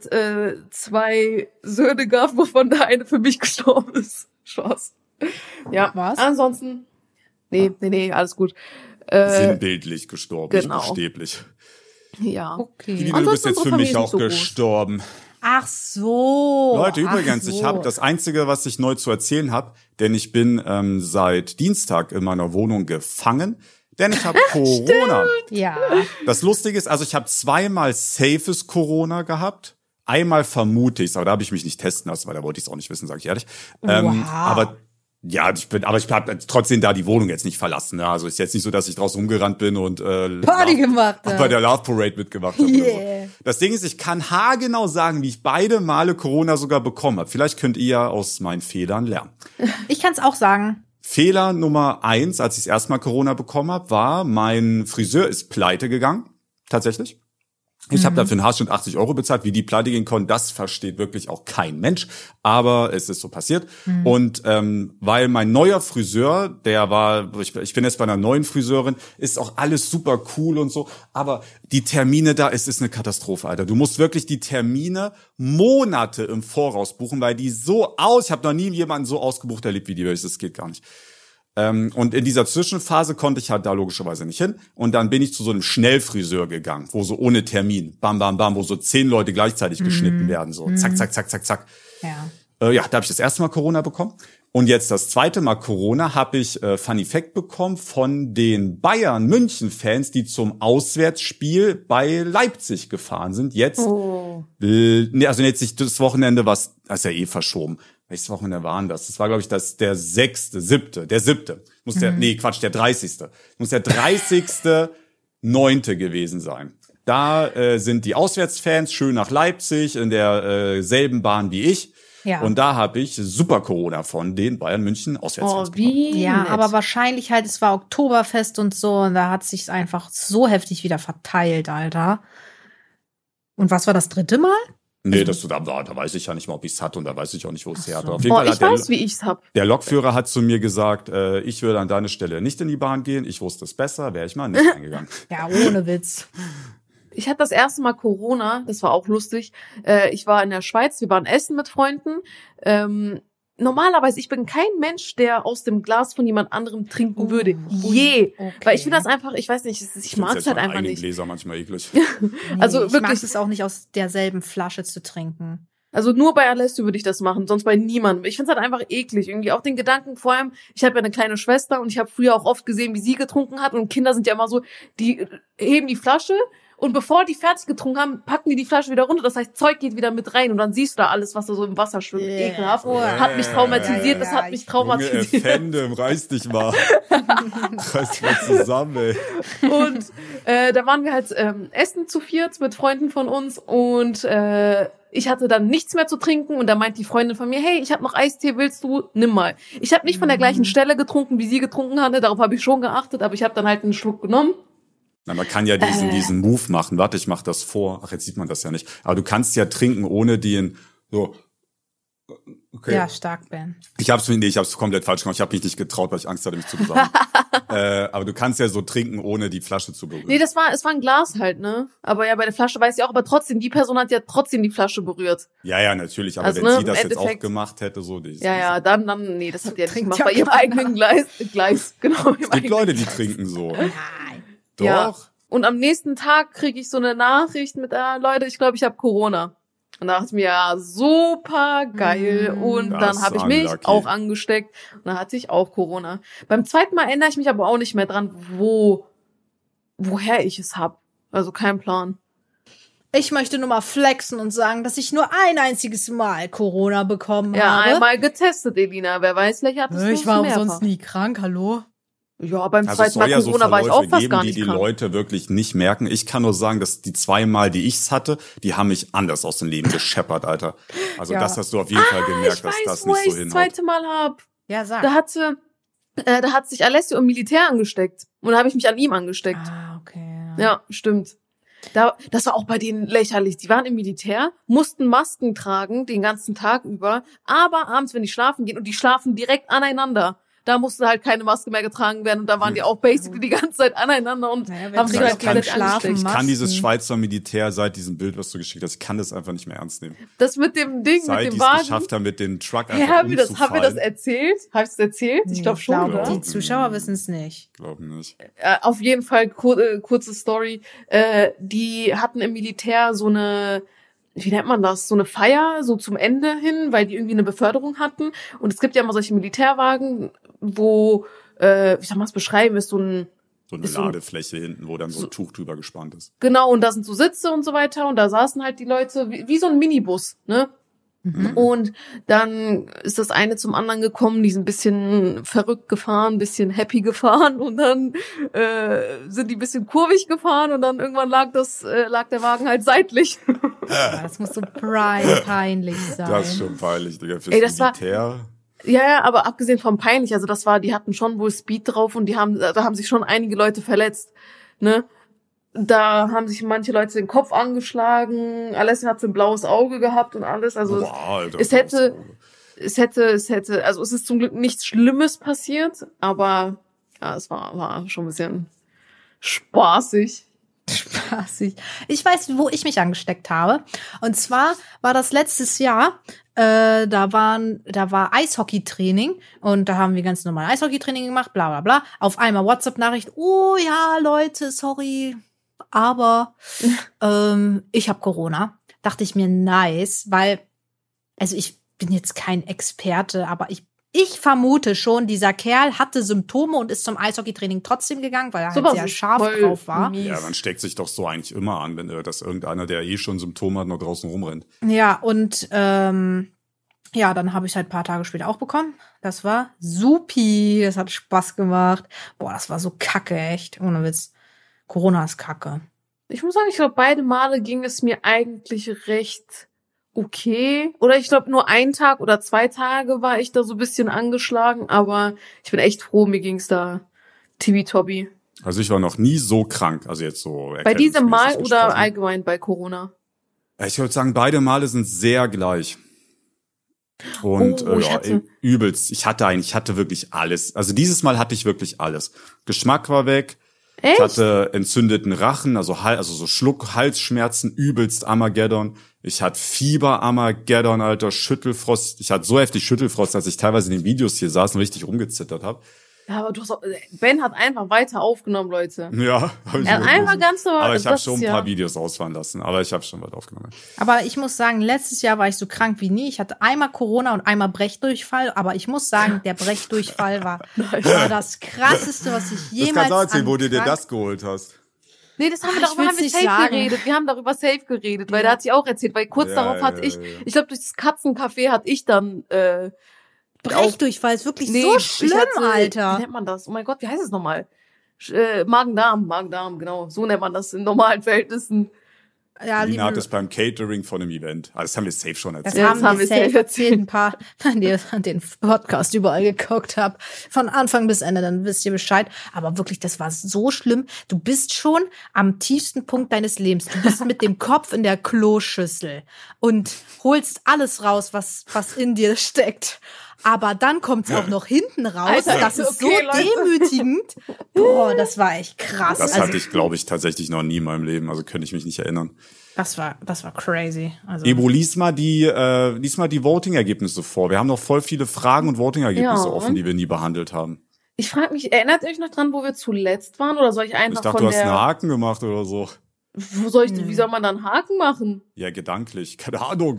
2 Söhne gehabt, wovon der eine für mich gestorben ist. Spaß. Ja, Was? ansonsten, nee, alles gut. Sinnbildlich gestorben, genau. nicht buchstäblich. Ja. Okay. Lina, du bist Ansonsten jetzt für unsere mich Familie ist auch nicht so groß. gestorben. Ach so. Leute, Ach übrigens, so. ich habe das Einzige, was ich neu zu erzählen habe, denn ich bin seit Dienstag in meiner Wohnung gefangen, denn ich habe Corona. Ja. Das Lustige ist, also ich habe 2-mal safes Corona gehabt. Einmal vermute ich's, aber da habe ich mich nicht testen lassen, weil da wollte ich es auch nicht wissen, sage ich ehrlich. Wow. Aber ja, ich habe trotzdem da die Wohnung jetzt nicht verlassen. Ne? Also ist jetzt nicht so, dass ich draußen rumgerannt bin und Party gemacht bei hat. der Love Parade mitgemacht habe. Oder Yeah. so. Das Ding ist, ich kann haargenau sagen, wie ich beide Male Corona sogar bekommen habe. Vielleicht könnt ihr ja aus meinen Fehlern lernen. Ich kann's auch sagen. Fehler Nummer 1, als ich das erste Mal Corona bekommen habe, war, mein Friseur ist pleite gegangen. Tatsächlich. Ich habe dafür einen Haarschnitt 80 € bezahlt. Wie die pleite gehen konnten, das versteht wirklich auch kein Mensch. Aber es ist so passiert. Und weil mein neuer Friseur, der war, ich bin jetzt bei einer neuen Friseurin, ist auch alles super cool und so. Aber die Termine da, es ist eine Katastrophe, Alter. Du musst wirklich die Termine Monate im Voraus buchen, weil die so ich habe noch nie jemanden so ausgebucht erlebt wie die. Das geht gar nicht. Und in dieser Zwischenphase konnte ich halt da logischerweise nicht hin. Und dann bin ich zu so einem Schnellfriseur gegangen, wo so ohne Termin, bam, bam, bam, wo so 10 Leute gleichzeitig geschnitten werden, so zack, zack, zack, zack, zack. Ja. Ja, da habe ich das erste Mal Corona bekommen. Und jetzt das zweite Mal Corona habe ich Funny Fact bekommen von den Bayern-München-Fans, die zum Auswärtsspiel bei Leipzig gefahren sind. Jetzt, also jetzt nicht das Wochenende, das ist ja eh verschoben. Welches Wochenende waren das? Das war, glaube ich, der 7. Der 30. Muss der 30.9. gewesen sein. Da sind die Auswärtsfans schön nach Leipzig in der selben Bahn wie ich. Ja. Und da habe ich super Corona von den Bayern München Auswärtsfans bekommen. wie Ja, nett. aber wahrscheinlich halt, es war Oktoberfest und so, und da hat sich's einfach so heftig wieder verteilt, Alter. Und was war das 3. Mal? Nee, da weiß ich ja nicht mal, ob ich es hatte und da weiß ich auch nicht, wo es her hat. Auf jeden Oh, Fall ich hat weiß, wie ich's hab. der Lokführer hat zu mir gesagt, ich würde an deine Stelle nicht in die Bahn gehen. Ich wusste es besser, wäre ich mal nicht reingegangen. Ja, ohne Witz. Ich hatte das erste Mal Corona, das war auch lustig. Ich war in der Schweiz, wir waren essen mit Freunden. normalerweise, ich bin kein Mensch, der aus dem Glas von jemand anderem trinken würde. Je. Okay. Weil ich finde das einfach, ich weiß nicht, ich mag es halt einfach nicht. Gläser manchmal eklig. Also ich wirklich. mag es auch nicht, aus derselben Flasche zu trinken. Also nur bei Alessio würde ich das machen, sonst bei niemandem. Ich finde es halt einfach eklig. Irgendwie auch den Gedanken, vor allem, ich habe ja eine kleine Schwester und ich habe früher auch oft gesehen, wie sie getrunken hat. Und Kinder sind ja immer so, die heben die Flasche und bevor die fertig getrunken haben, packen die Flasche wieder runter. Das heißt, Zeug geht wieder mit rein und dann siehst du da alles, was da so im Wasser schwimmt. Yeah. Ekelhaft. Hat mich traumatisiert, das hat mich traumatisiert. Junge, Fandom, reiß dich mal. Reiß dich mal zusammen, ey. Und da waren wir halt essen zu viert mit Freunden von uns und ich hatte dann nichts mehr zu trinken und da meint die Freundin von mir, hey, ich habe noch Eistee, willst du? Nimm mal. Ich habe nicht von der gleichen Stelle getrunken, wie sie getrunken hatte, darauf habe ich schon geachtet, aber ich habe dann halt einen Schluck genommen. Na, man kann ja diesen Move machen. Warte, ich mach das vor. Ach, jetzt sieht man das ja nicht. Aber du kannst ja trinken, ohne so. Okay. Ja, stark, Ben. Ich hab's komplett falsch gemacht. Ich habe mich nicht getraut, weil ich Angst hatte, mich zu besagen. Aber du kannst ja so trinken, ohne die Flasche zu berühren. Nee, es war ein Glas halt, ne? Aber ja, bei der Flasche weiß ich auch, aber trotzdem, die Person hat ja trotzdem die Flasche berührt. Ja, natürlich. Aber Also, wenn ne, sie das im jetzt auch Endeffekt- gemacht hätte, so. Dann, nee, das hat die ja nicht Trinkt gemacht. ja Bei ihrem keiner. eigenen Gleis, genau. Es gibt Leute, die trinken so. Nein. Doch. Ja. Und am nächsten Tag kriege ich so eine Nachricht mit, Leute, ich glaube, ich habe Corona. Und da dachte ich mir, ja, super geil. Und Das dann habe ich mich unlucky. auch angesteckt. Und dann hatte ich auch Corona. Beim zweiten Mal erinnere ich mich aber auch nicht mehr dran, woher ich es hab. Also kein Plan. Ich möchte nur mal flexen und sagen, dass ich nur ein einziges Mal Corona bekommen Ja, habe. einmal getestet, Elina. Wer weiß, vielleicht hattest du es Ich war auch mehrfach. sonst nie krank, hallo? Ja, beim Also es zweiten soll Mal ja so Corona war ich auch Verläufe fast geben, gar die nicht die krank. Leute wirklich nicht merken. Ich kann nur sagen, dass die 2 Mal, die ich's hatte, die haben mich anders aus dem Leben gescheppert, Alter. Also Ja. das hast du auf jeden Fall gemerkt, Ich dass weiß, das wo nicht ich so das hinhaut. zweite Mal hab. Ja, sag. Da hat sich Alessio im Militär angesteckt. Und da habe ich mich an ihm angesteckt. Okay. Ja, stimmt. Das war auch bei denen lächerlich. Die waren im Militär, mussten Masken tragen den ganzen Tag über, aber abends, wenn die schlafen gehen, und die schlafen direkt aneinander, da musste halt keine Maske mehr getragen werden und da waren die auch basically die ganze Zeit aneinander und Naja, wenn haben sie sich halt halt keinen komplett Schlafen angesteckt. Ich kann Masken. dieses Schweizer Militär seit diesem Bild, was du geschickt hast, ich kann das einfach nicht mehr ernst nehmen. Das mit dem Ding, Seit mit die dem es Wagen. geschafft haben, mit dem Truck Hä, einfach haben wir das umzufallen. erzählt? Habe ich es erzählt? Ich glaube schon, glaube, oder? die Zuschauer wissen es nicht. Glaub nicht. Auf jeden Fall, kurze Story. Die hatten im Militär so eine, wie nennt man das, so eine Feier, so zum Ende hin, weil die irgendwie eine Beförderung hatten. Und es gibt ja immer solche Militärwagen, wo, wie soll man es beschreiben, ist so ein, So eine Ist so ein- Ladefläche hinten, wo dann so ein Tuch drüber gespannt ist. genau, und da sind so Sitze und so weiter. Und da saßen halt die Leute, wie so ein Minibus, ne? Und dann ist das eine zum anderen gekommen, die sind ein bisschen verrückt gefahren, ein bisschen happy gefahren und dann sind die ein bisschen kurvig gefahren und dann irgendwann lag der Wagen halt seitlich. Ja, das muss so peinlich sein. Das ist schon peinlich, Digga, fürs Ey, das war- Militär. Ja, aber abgesehen vom peinlich, also die hatten schon wohl Speed drauf und da haben sich schon einige Leute verletzt, ne? Da haben sich manche Leute den Kopf angeschlagen, Alessia hat so ein blaues Auge gehabt und alles, also Boah, Alter, es hätte, also es ist zum Glück nichts Schlimmes passiert, aber ja, es war schon ein bisschen spaßig. Spaßig. Ich weiß, wo ich mich angesteckt habe. Und zwar war das letztes Jahr, da war Eishockeytraining und da haben wir ganz normal Eishockeytraining gemacht, bla bla bla. Auf einmal WhatsApp-Nachricht, oh ja, Leute, sorry, aber ich habe Corona. Dachte ich mir, nice, weil, also ich bin jetzt kein Experte, aber ich vermute schon, dieser Kerl hatte Symptome und ist zum Eishockeytraining trotzdem gegangen, weil er halt Sowas sehr ist scharf voll drauf war. mies. Ja, man steckt sich doch so eigentlich immer an, wenn dass irgendeiner, der eh schon Symptome hat, noch draußen rumrennt. Ja, und ja, dann habe ich halt ein paar Tage später auch bekommen. Das war supi, das hat Spaß gemacht. Boah, das war so kacke, echt. Ohne Witz. Corona ist kacke. Ich muss sagen, ich glaube, beide Male ging es mir eigentlich recht okay. Oder ich glaube, nur 1 Tag oder 2 Tage war ich da so ein bisschen angeschlagen. Aber ich bin echt froh, mir ging's da tibi-tobi. Also ich war noch nie so krank, also jetzt so Bei diesem Mal erkältungsmäßig oder gesprochen. allgemein bei Corona? Ich würde sagen, beide Male sind sehr gleich. Und Oh, ich hatte- übelst. Ich hatte wirklich alles. Also dieses Mal hatte ich wirklich alles. Geschmack war weg, Echt? Ich hatte entzündeten Rachen, also so Halsschmerzen, übelst Armageddon. Ich hatte Fieber Armageddon, Alter, Schüttelfrost. Ich hatte so heftig Schüttelfrost, dass ich teilweise in den Videos hier saß und richtig rumgezittert habe. Ja, aber Ben hat einfach weiter aufgenommen, Leute. Ja, hab ich Er hat einfach ganz normal. aber ich habe das schon ist ein paar ja- Videos ausfahren lassen. Aber ich habe schon was aufgenommen. Aber ich muss sagen, letztes Jahr war ich so krank wie nie. Ich hatte einmal Corona und einmal Brechdurchfall. Aber ich muss sagen, der Brechdurchfall war das Krasseste, was ich jemals geholt hast. Nee, das haben wir Ich darüber haben will's wir nicht safe sagen. geredet. Wir haben darüber safe geredet, weil Ja. der hat sich auch erzählt, weil kurz Ja, darauf hatte ja, ich, ja. ich glaube, durch das Katzencafé hatte ich dann Brechdurchfall ist wirklich nee, so ich schlimm, hatte- Wie Alter. nennt man das? Oh mein Gott, wie heißt es nochmal? Magen-Darm, genau. So nennt man das in normalen Verhältnissen. Ja, Lina hat liebe, es beim Catering von einem Event. Also das haben wir safe schon das erzählt. Ja, haben das haben wir wir safe safe erzählt, ein paar, wenn ihr den Podcast überall geguckt habt, von Anfang bis Ende, dann wisst ihr Bescheid. Aber wirklich, das war so schlimm. Du bist schon am tiefsten Punkt deines Lebens. Du bist mit dem Kopf in der Kloschüssel und holst alles raus, was in dir steckt. Aber dann kommt's auch noch hinten raus. Alter, das ist okay, so Leute. demütigend. Boah, das war echt krass. Das Also, hatte ich, glaube ich, tatsächlich noch nie in meinem Leben. Also könnte ich mich nicht erinnern. das war crazy. Also, Ebo, lies mal die Voting-Ergebnisse vor. Wir haben noch voll viele Fragen und Voting-Ergebnisse Ja. offen, die wir nie behandelt haben. Ich frage mich, erinnert ihr euch noch dran, wo wir zuletzt waren? Oder soll ich einfach Ich dachte, von du hast einen der... Haken gemacht oder so. Wie soll man dann Haken machen? Ja, gedanklich. Keine Ahnung.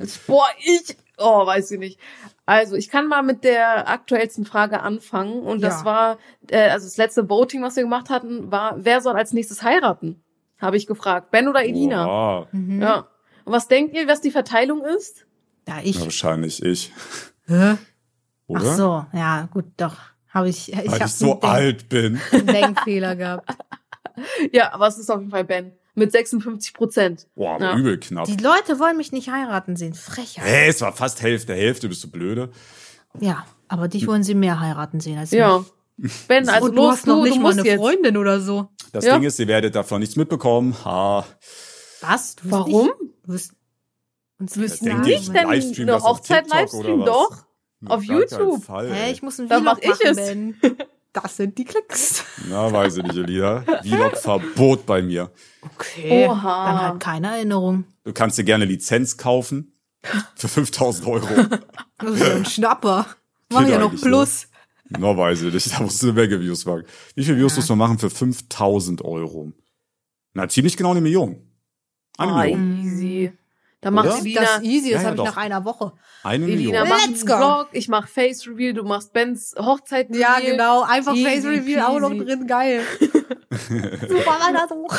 Weiß ich nicht. Also, ich kann mal mit der aktuellsten Frage anfangen. Und das Ja. war, also das letzte Voting, was wir gemacht hatten, war, wer soll als nächstes heiraten? Habe ich gefragt. Ben oder Elina? Boah. Ja. Und was denkt ihr, was die Verteilung ist? ja, Ja, wahrscheinlich ich. Hä? Oder? Ach so, ja, gut, doch. Habe ich Weil hab ich so alt bin. einen Denkfehler gehabt. Ja, aber es ist auf jeden Fall Ben. Mit 56%. Boah, aber Ja. übel knapp. Die Leute wollen mich nicht heiraten sehen. Frechheit. Hä, es war fast Hälfte, bist du blöde? Ja, aber dich wollen sie mehr heiraten sehen als Ja. mich. Ben, also Und los, du hast noch nicht mal musst eine jetzt. Freundin oder so. Das Ja. Ding ist, ihr werdet davon nichts mitbekommen. Ha. Was? Du wirst Warum? Nicht, du wirst uns Wirst Ja, du denk nicht ich, denn Livestream eine das auf Hochzeit TikTok Livestream? oder was? Doch. Auf gar keinen YouTube. Fall, Hä, ey. ich muss ein Dann Vlog mach ich machen, es. Ben. Das sind die Klicks. Na, weiß ich nicht, Elina. Vlog-Verbot bei mir. Okay. Oha. Dann halt keine Erinnerung. Du kannst dir gerne Lizenz kaufen. Für 5.000 Euro. Das ist ja ein Schnapper. Mach Geht ja noch eigentlich, Plus. Na, weiß ich nicht. Da musst du eine Menge Views machen. Wie viele Views muss man machen für 5.000 Euro? Na, ziemlich genau 1 Million. 1 Million. Easy. Da Oder? macht Elina, Das easy, das Ja, habe ich doch. nach einer Woche. 1 Elina Million. macht Let's einen go. Vlog, ich mach Face Reveal, du machst Bens Hochzeit Reveal. Ja, genau. Einfach Easy Face Reveal auch noch peasy. drin. Geil. Super, weiter so.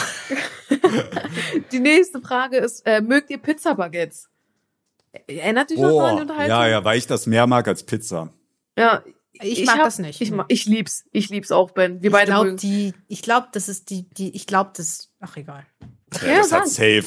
Die nächste Frage ist, mögt ihr Pizza-Baguettes? Erinnert dich noch Oh, an die Unterhaltung? ja, weil ich das mehr mag als Pizza. Ja, Ich mag das nicht. Ich lieb's auch, Ben. Wir beide mögen. Ich glaube, das ist ach egal. Ja, das sag. hat safe,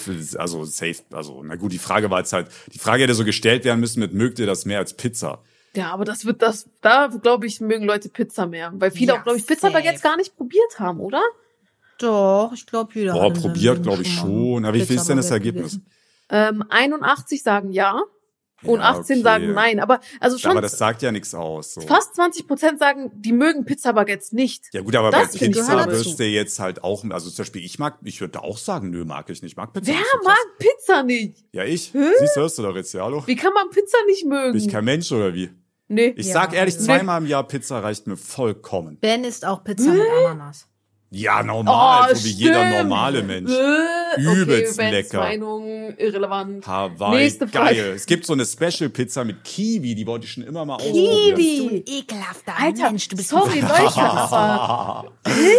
na gut, die Frage war jetzt halt, die Frage hätte so gestellt werden müssen mit, mögt ihr das mehr als Pizza? Ja, aber da glaube ich, mögen Leute Pizza mehr. Weil viele Ja, auch, glaube ich, Pizza-Baguettes safe. gar nicht probiert haben, oder? Doch, ich glaube, jeder Boah, hat in seinem probiert, Leben glaube ich schon mal schon. Aber wie viel ist denn das Pizza-Baguette Ergebnis? gegessen. 81 sagen ja und Ja, 18 okay. sagen nein. Aber also schon Aber das sagt ja nichts aus. So. fast 20% sagen, die mögen Pizza-Baguettes nicht. Ja gut, aber Das bei finde ich Pizza gehört wirst dazu. du jetzt halt auch, also zum Beispiel, ich würde auch sagen, nö, mag ich nicht. Ich mag Pizza Wer nicht so krass. mag Pizza nicht? Ja, ich. Siehst du, hörst du doch jetzt, ja, hallo? Wie kann man Pizza nicht mögen? Bin ich kein Mensch oder wie? Nee. Ich Ja, sag ehrlich, also- zweimal im Jahr Pizza reicht mir vollkommen. Ben isst auch Pizza mit Ananas. Ja, normal, Oh, so wie jeder stimmt. normale Mensch. okay, Übelst Bens lecker. Meinung irrelevant. Hawaii, Nächste Frage. geil. Es gibt so eine Special-Pizza mit Kiwi, die wollte ich schon immer mal ausprobieren. Du ekelhafter Alter, Mensch, du bist sorry, Leute, aber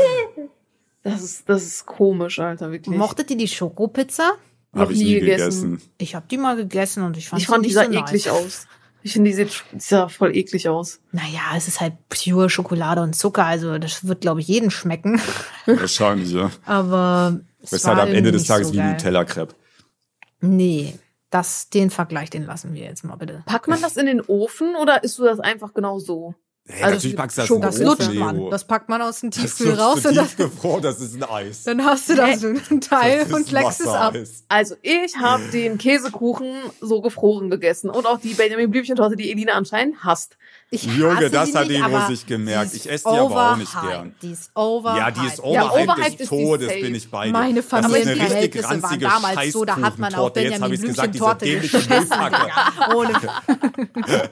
das ist komisch, Alter, wirklich. Mochtet ihr die Schokopizza? noch Hab ich nie nie gegessen. gegessen. Ich habe die mal gegessen und ich fand Ich fand sie die sah nicht so eklig nice. aus. Ich finde, die sah voll eklig aus. Naja, es ist halt pure Schokolade und Zucker, also das wird, glaube ich, jeden schmecken. Wahrscheinlich, ja. Aber es Das ist war halt am Ende irgendwie des nicht Tages so wie ein geil. Nutella-Crepe. Nee, den Vergleich, den lassen wir jetzt mal bitte. Packt man das in den Ofen oder isst du das einfach genau so? Hey, Also natürlich packst du das Schoko- in den Das Ofen, lutscht Leo. man. Das packt man aus dem Das Tiefkühl lutscht raus so und tiefgefroren, das ist ein Eis. dann hast du da so einen Teil Das ist und leckst es ab. Wassereis. Also ich habe den Käsekuchen so gefroren gegessen und auch die Benjamin Blümchen Torte, die Elina anscheinend hasst. Junge, hasse das sie hat nicht, die wohl aber sich gemerkt. die ist Ich esse die aber auch nicht overhyped. gern. Die ist overhyped. Ja, die ist Ja, overhyped overhyped des ist die Todes, safe. bin ich bei dir. Meine Das ist eine Familienverhältnisse richtig waren ranzige damals so, da hat man auch Scheißkuchentorte. Jetzt habe Benjamin ich gesagt, diese Blümchentorte dämliche geschmissen. Müllpacke. Ohne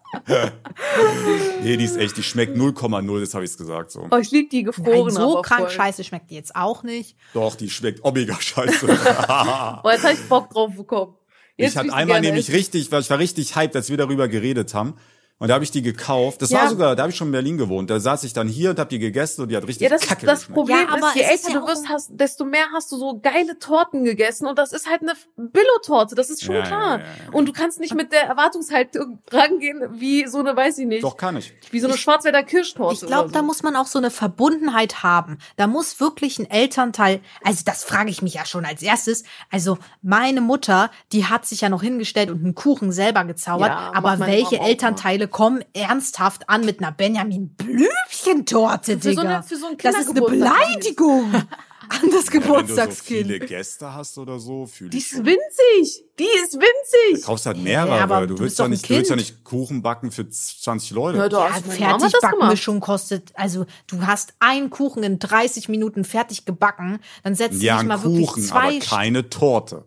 Nee, die ist echt, die schmeckt 0,0, das habe ich gesagt so. Oh, ich liebe die Nein, gefroren. so aber krank voll. scheiße schmeckt die jetzt auch nicht. Doch, die schmeckt mega scheiße. Oh, jetzt habe ich Bock drauf bekommen. Jetzt Ich hatte will einmal gerne nämlich essen. richtig, weil ich war richtig hyped, als wir darüber geredet haben. Und da habe ich die gekauft. Das Ja. war sogar, da habe ich schon in Berlin gewohnt. Da saß ich dann hier und habe die gegessen und die hat richtig Ja, das kacke ist das geschmeckt. Problem. Ja, aber ist, je es ist älter ja du auch wirst, desto mehr hast du so geile Torten gegessen und das ist halt eine Billo-Torte, das ist schon Ja, klar. ja, ja. Und du kannst nicht mit der Erwartungshaltung rangehen, wie so eine, weiß ich nicht, Doch, kann ich. wie so eine Schwarzwälder Kirschtorte. Ich glaube, oder da so. muss man auch so eine Verbundenheit haben. Da muss wirklich ein Elternteil, also das frage ich mich ja schon als erstes. Also meine Mutter, die hat sich ja noch hingestellt und einen Kuchen selber gezaubert. Ja, aber macht meine welche Mama auch Elternteile kommen ernsthaft an mit einer Benjamin Blümchentorte, Für so Digga? eine- für so einen Das ist eine Kindergeburtstag. Beleidigung an das Wenn du so Geburtstagskind. viele Gäste hast oder so, fühle Die ich ist schon. winzig! Die ist Du winzig! kaufst halt mehrere, Ja, aber weil du du willst bist doch doch ein nicht, du willst ja Kind. nicht Kuchen backen für 20 Leute. Ja, doch. Ja, Also meine Mama hat das Fertigbackmischung kostet, also du hast einen Kuchen in 30 Minuten fertig gebacken, dann setzt Ja, du ein dich mal wirklich Kuchen, zwei aber keine Torte.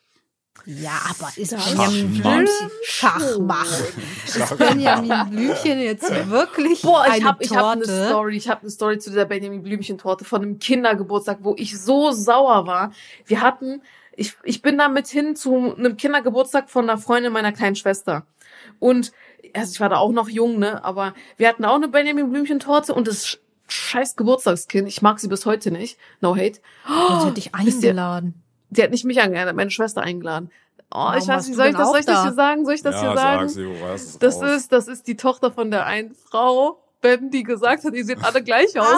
Ja, aber ist Schachmatt. Benjamin Blümchen Schachmatt. Ist Benjamin Blümchen jetzt wirklich Boah, eine ich hab eine Torte? Story. Ich habe eine Story zu dieser Benjamin Blümchen-Torte von einem Kindergeburtstag, wo ich so sauer war. Wir hatten, ich bin da mit hin zu einem Kindergeburtstag von einer Freundin meiner kleinen Schwester. Und, also ich war da auch noch jung, ne, aber wir hatten auch eine Benjamin Blümchen-Torte und das scheiß Geburtstagskind, ich mag sie bis heute nicht, no hate. Sie hat dich wisst ihr- eingeladen. Die hat nicht mich eingeladen, hat meine Schwester eingeladen. Oh, Warum ich weiß warst nicht, du soll ich denn das, auch soll ich das da? hier sagen? Soll ich das hier sagen? sag's, du weißt es Das raus. das ist die Tochter von der einen Frau, Ben, die gesagt hat, ihr seht alle gleich aus. Ach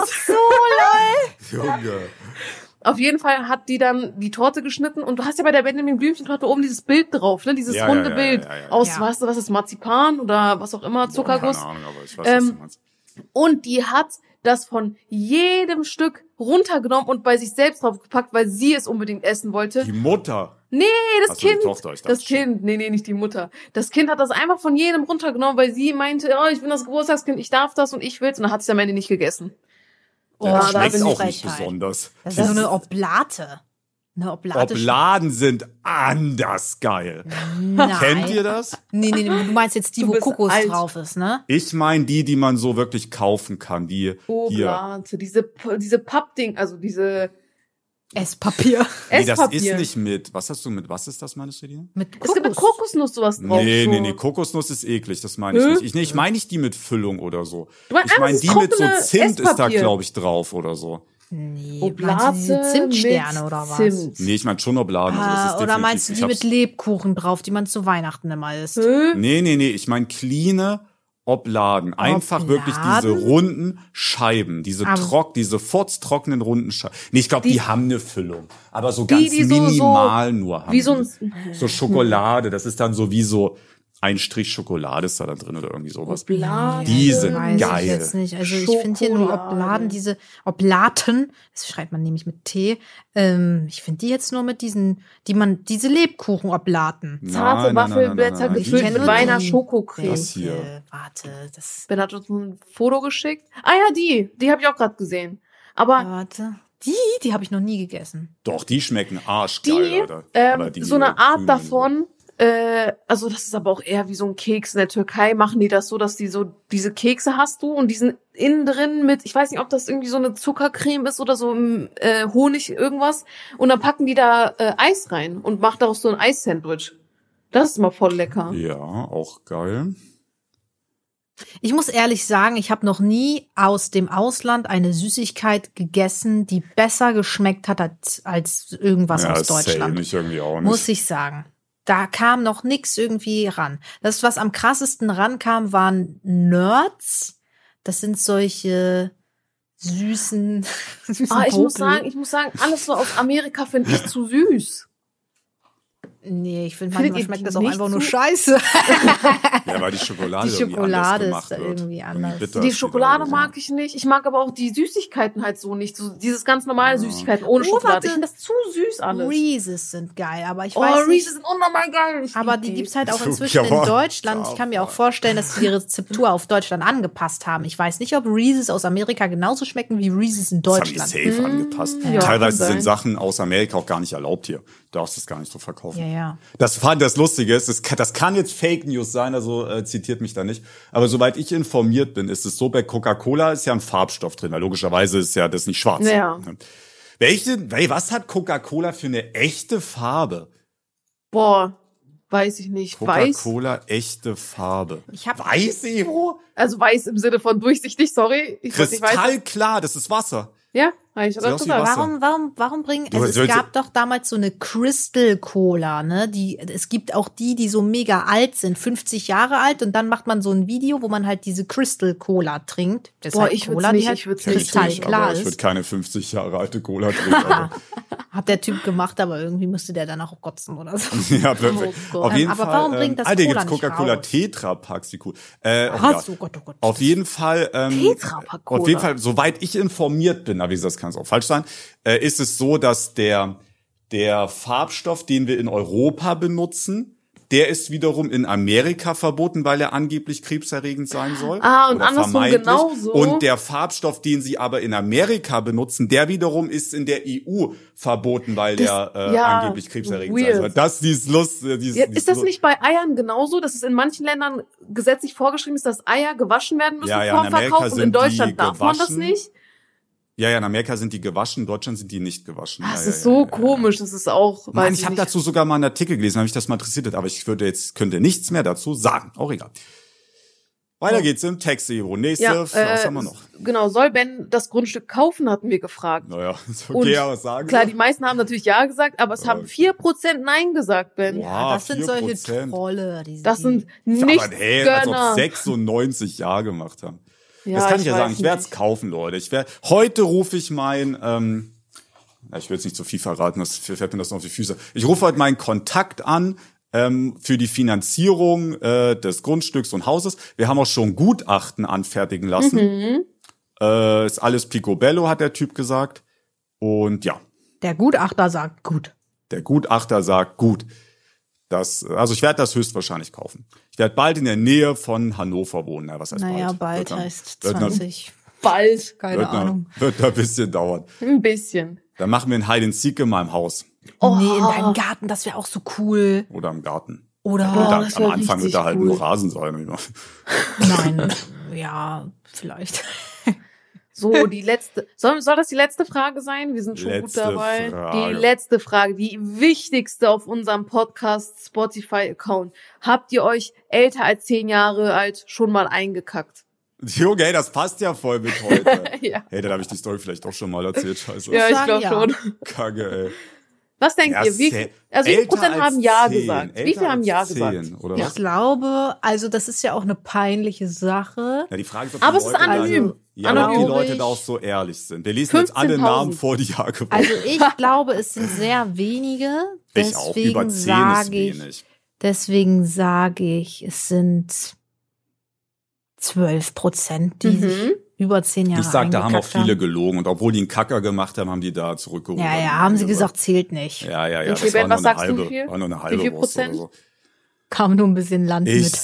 so, Junge. Auf jeden Fall hat die dann die Torte geschnitten und du hast ja bei der Benjamin Blümchen-Torte oben dieses Bild drauf, ne? Dieses Ja, runde ja, Bild ja. aus, Ja. was ist Marzipan oder was auch immer, Zuckerguss. Keine Ahnung, aber ich weiß, was du meinst. Und die hat das von jedem Stück runtergenommen und bei sich selbst draufgepackt, weil sie es unbedingt essen wollte. Die Mutter. Nee, das Ach so, die Kind. Tochter, ich dachte Das Kind. Nee, nicht die Mutter. Das Kind hat das einfach von jedem runtergenommen, weil sie meinte, oh, ich bin das Geburtstagskind, ich darf das und ich will's. Und dann hat sie am Ende nicht gegessen. Oh, Ja, da schmeckt bin ich auch nicht Frechheit. besonders. Das ist so eine Oblate. Eine Oblate. Obladen sind anders geil. Nein. Kennt ihr das? Nee, du meinst jetzt die, Du wo bist Kokos alt. drauf ist, ne? Ich meine die man so wirklich kaufen kann. Die hier. Oblate, diese Pappding, also diese Esspapier. Nee, das Esspapier. ist nicht mit. Was hast du mit? Was ist das, meinst du, Dina? Mit Es gibt mit Kokosnuss sowas drauf. Nee, so. nee, Kokosnuss ist eklig, das meine ich Hä? nicht. Ich meine nicht die mit Füllung oder so. Du meinst Ich meine einfach die mit so dieses Zimt ist da, Esspapier. glaube ich, drauf oder so. Nee, Oblate meinst du diese Zimtsterne mit oder was? Zimt. Nee, ich meine schon Obladen. Also das ist Oder definitiv- meinst du ich die hab's- mit Lebkuchen drauf, die man zu Weihnachten immer isst? Hä? Nee, ich meine cleane Obladen. Einfach wirklich diese Obladen? runden Scheiben, diese diese furztrockenen runden Scheiben. Nee, ich glaube, die haben eine Füllung. Aber so ganz die so- minimal nur haben wie so die. ein So Schokolade, das ist dann so wie so ein Strich Schokolade ist da dann drin oder irgendwie sowas. Oblate. Die sind Weiß geil. ich jetzt nicht. Also ich finde hier nur Schokolade. Obladen, diese Oblaten, das schreibt man nämlich mit T. Ich finde die jetzt nur mit diesen, diese Lebkuchen-Oblaten. Zarte Waffelblätter nein. gefüllt Ich mit kenn Weiner die. Schokocreme. Das hier. Warte, das. Ben hat uns ein Foto geschickt. Ah ja, die habe ich auch gerade gesehen. Aber Warte. Die habe ich noch nie gegessen. Doch, die schmecken arschgeil, Alter. Aber die so eine Art grünen davon, also das ist aber auch eher wie so ein Keks. In der Türkei machen die das so, dass die so, diese Kekse hast du und die sind innen drin mit, ich weiß nicht, ob das irgendwie so eine Zuckercreme ist oder so Honig irgendwas. Und dann packen die da Eis rein und machen daraus so ein Eissandwich. Das ist mal voll lecker. Ja, auch geil. Ich muss ehrlich sagen, ich habe noch nie aus dem Ausland eine Süßigkeit gegessen, die besser geschmeckt hat als irgendwas Ja, aus same, Deutschland. ich irgendwie auch nicht. Muss ich sagen. Da kam noch nix irgendwie ran. Das, was am krassesten rankam, waren Nerds. Das sind solche süßen Ah, ich muss Popel. sagen, alles so aus Amerika finde ich zu süß. Nee, ich finde, Findet manchmal ihr schmeckt die das auch nicht einfach nur so- scheiße. Ja, weil die Schokolade, Die irgendwie Schokolade anders ist gemacht wird. irgendwie anders. bitter Die ist Schokolade oder so. mag ich nicht. Ich mag aber auch die Süßigkeiten halt so nicht. So dieses ganz normale Süßigkeiten ohne Oh, Schokolade. warte. Ich finde das zu süß alles. Reese's sind geil, aber ich Oh, weiß nicht. Reese's sind unnormal geil. Ich Aber lieb die gibt's halt auch So, inzwischen ja, in Deutschland. ja, Ich kann mir auch vorstellen, dass sie die Rezeptur auf Deutschland angepasst haben. Ich weiß nicht, ob Reese's aus Amerika genauso schmecken wie Reese's in Das haben die Deutschland. safe angepasst. ja, Teilweise kann sind sein. Sachen aus Amerika auch gar nicht erlaubt hier. Du darfst das gar nicht so verkaufen. Ja, ja. Das Lustige ist, das kann jetzt Fake News sein, also zitiert mich da nicht. Aber soweit ich informiert bin, ist es so, bei Coca-Cola ist ja ein Farbstoff drin, weil logischerweise ist ja das nicht schwarz. Ja. Was hat Coca-Cola für eine echte Farbe? Boah, weiß ich nicht. Weiß. Coca-Cola, echte Farbe. Ich hab- Weiß, Evo? Also weiß im Sinne von durchsichtig, sorry. Ich wollte nicht weiß. Kristallklar, das ist Wasser. Ja, habe ich Sieht das aus wie gesagt. Wasser. Warum bringen, Du also es sollst- gab doch damals so eine Crystal Cola, ne? Es gibt auch die so mega alt sind, 50 Jahre alt, und dann macht man so ein Video, wo man halt diese Crystal Cola trinkt. Das ist Boah, halt ich würd's Cola, nicht, die halt ich würd's nicht. kristallklar aber ich würde ist. keine 50 Jahre alte Cola trinken. aber- Hat der Typ gemacht, aber irgendwie musste der dann auch kotzen oder so. Ja, perfekt. Oh Gott. Auf jeden Aber Fall. warum bringt das Alter, Cola gibt's nicht Coca-Cola raus? Tetra Packs, wie cool. Oh Gott. Auf jeden Fall. Tetra Pak Cola. Auf jeden Fall, soweit ich informiert bin, aber wie gesagt, das kann es auch falsch sein, ist es so, dass der Farbstoff, den wir in Europa benutzen, der ist wiederum in Amerika verboten, weil er angeblich krebserregend sein soll. Ah, und Oder andersrum vermeintlich. genauso. Und der Farbstoff, den sie aber in Amerika benutzen, der wiederum ist in der EU verboten, weil der ja, angeblich krebserregend weird. sein soll. Das ist Lust. Ja, ist das nicht bei Eiern genauso, dass es in manchen Ländern gesetzlich vorgeschrieben ist, dass Eier gewaschen werden müssen Ja, ja, vor in dem Amerika Verkauf, und in sind die Deutschland darf man das gewaschen. nicht? Ja, in Amerika sind die gewaschen, in Deutschland sind die nicht gewaschen. Das ja, ist so komisch, das ist auch, Mann, weiß ich habe nicht. dazu sogar mal einen Artikel gelesen, weil mich das mal interessiert hat, aber ich könnte nichts mehr dazu sagen. Auch egal. Weiter geht's im Text, Ebro. Was haben wir noch? Genau, soll Ben das Grundstück kaufen, hatten wir gefragt. Naja, ist Und okay, aber sagen klar, Sie. die meisten haben natürlich Ja gesagt, aber es haben 4% Nein gesagt, Ben. Ja, das sind solche 4%. Das Trolle. sind Aber hey, als Nichtsgönner. ob 96 Ja gemacht haben. Ja, das kann ich ja weiß sagen. Ich werde es nicht. kaufen, Leute. Heute rufe ich ich will jetzt nicht zu viel verraten, das fällt mir das noch auf die Füße. Ich rufe heute meinen Kontakt an für die Finanzierung des Grundstücks und Hauses. Wir haben auch schon Gutachten anfertigen lassen. Ist alles picobello, hat der Typ gesagt. Und ja, Der Gutachter sagt gut. der Gutachter sagt, gut. Also ich werde das höchstwahrscheinlich kaufen. Ich werde bald in der Nähe von Hannover wohnen. Ja, was heißt Naja, bald? bald Wird dann- heißt wird dann- 20. Bald. Keine Ahnung. Wird da ein bisschen dauern. Ein bisschen. Dann machen wir ein Hide and Seek in meinem Haus Oh. Nee, in deinem Garten, das wäre auch so cool. oder im Garten. Oder? das Am wär Anfang wird da halt richtig nur cool. Rasen sein. Nein. Ja, vielleicht. So, die letzte. Soll das die letzte Frage sein? Wir sind schon Letzte gut dabei. Frage. Die letzte Frage, die wichtigste auf unserem Podcast Spotify-Account. Habt ihr euch älter als 10 Jahre alt schon mal eingekackt? Junge, ey, das passt ja voll mit heute. Ja. Hey, dann habe ich die Story vielleicht doch schon mal erzählt. Scheiße. Ja, ich sagen glaube ja. schon. Kacke, ey. Was denkt Ja, ihr? Wie viel älter Prozent als haben Ja 10, gesagt? Wie älter viel haben als Ja 10, gesagt? Oder Ich was? glaube, also das ist ja auch eine peinliche Sache. Ja, die Frage ist, ob Aber die es ist Leute anonym. Da, ja, ob die Anonym. Leute da auch so ehrlich sind. Wir lesen jetzt alle 15.000. Namen vor, die Ja gewonnen Also ich glaube, es sind sehr wenige. Ich auch. Über 10 ist wenig. Deswegen sage ich, es sind 12%, die sich über 10 Jahre Ich sag, da haben auch eingekackt viele gelogen. Und obwohl die einen Kacker gemacht haben, haben die da zurückgeholt. Ja, ja, haben sie gesagt, zählt nicht. Ja. Und Das war Ben, nur was eine sagst du, halbe, wie viel? war nur eine Wie halbe viel Wurst oder Prozent? so. Kam nur ein bisschen Land Ich mit.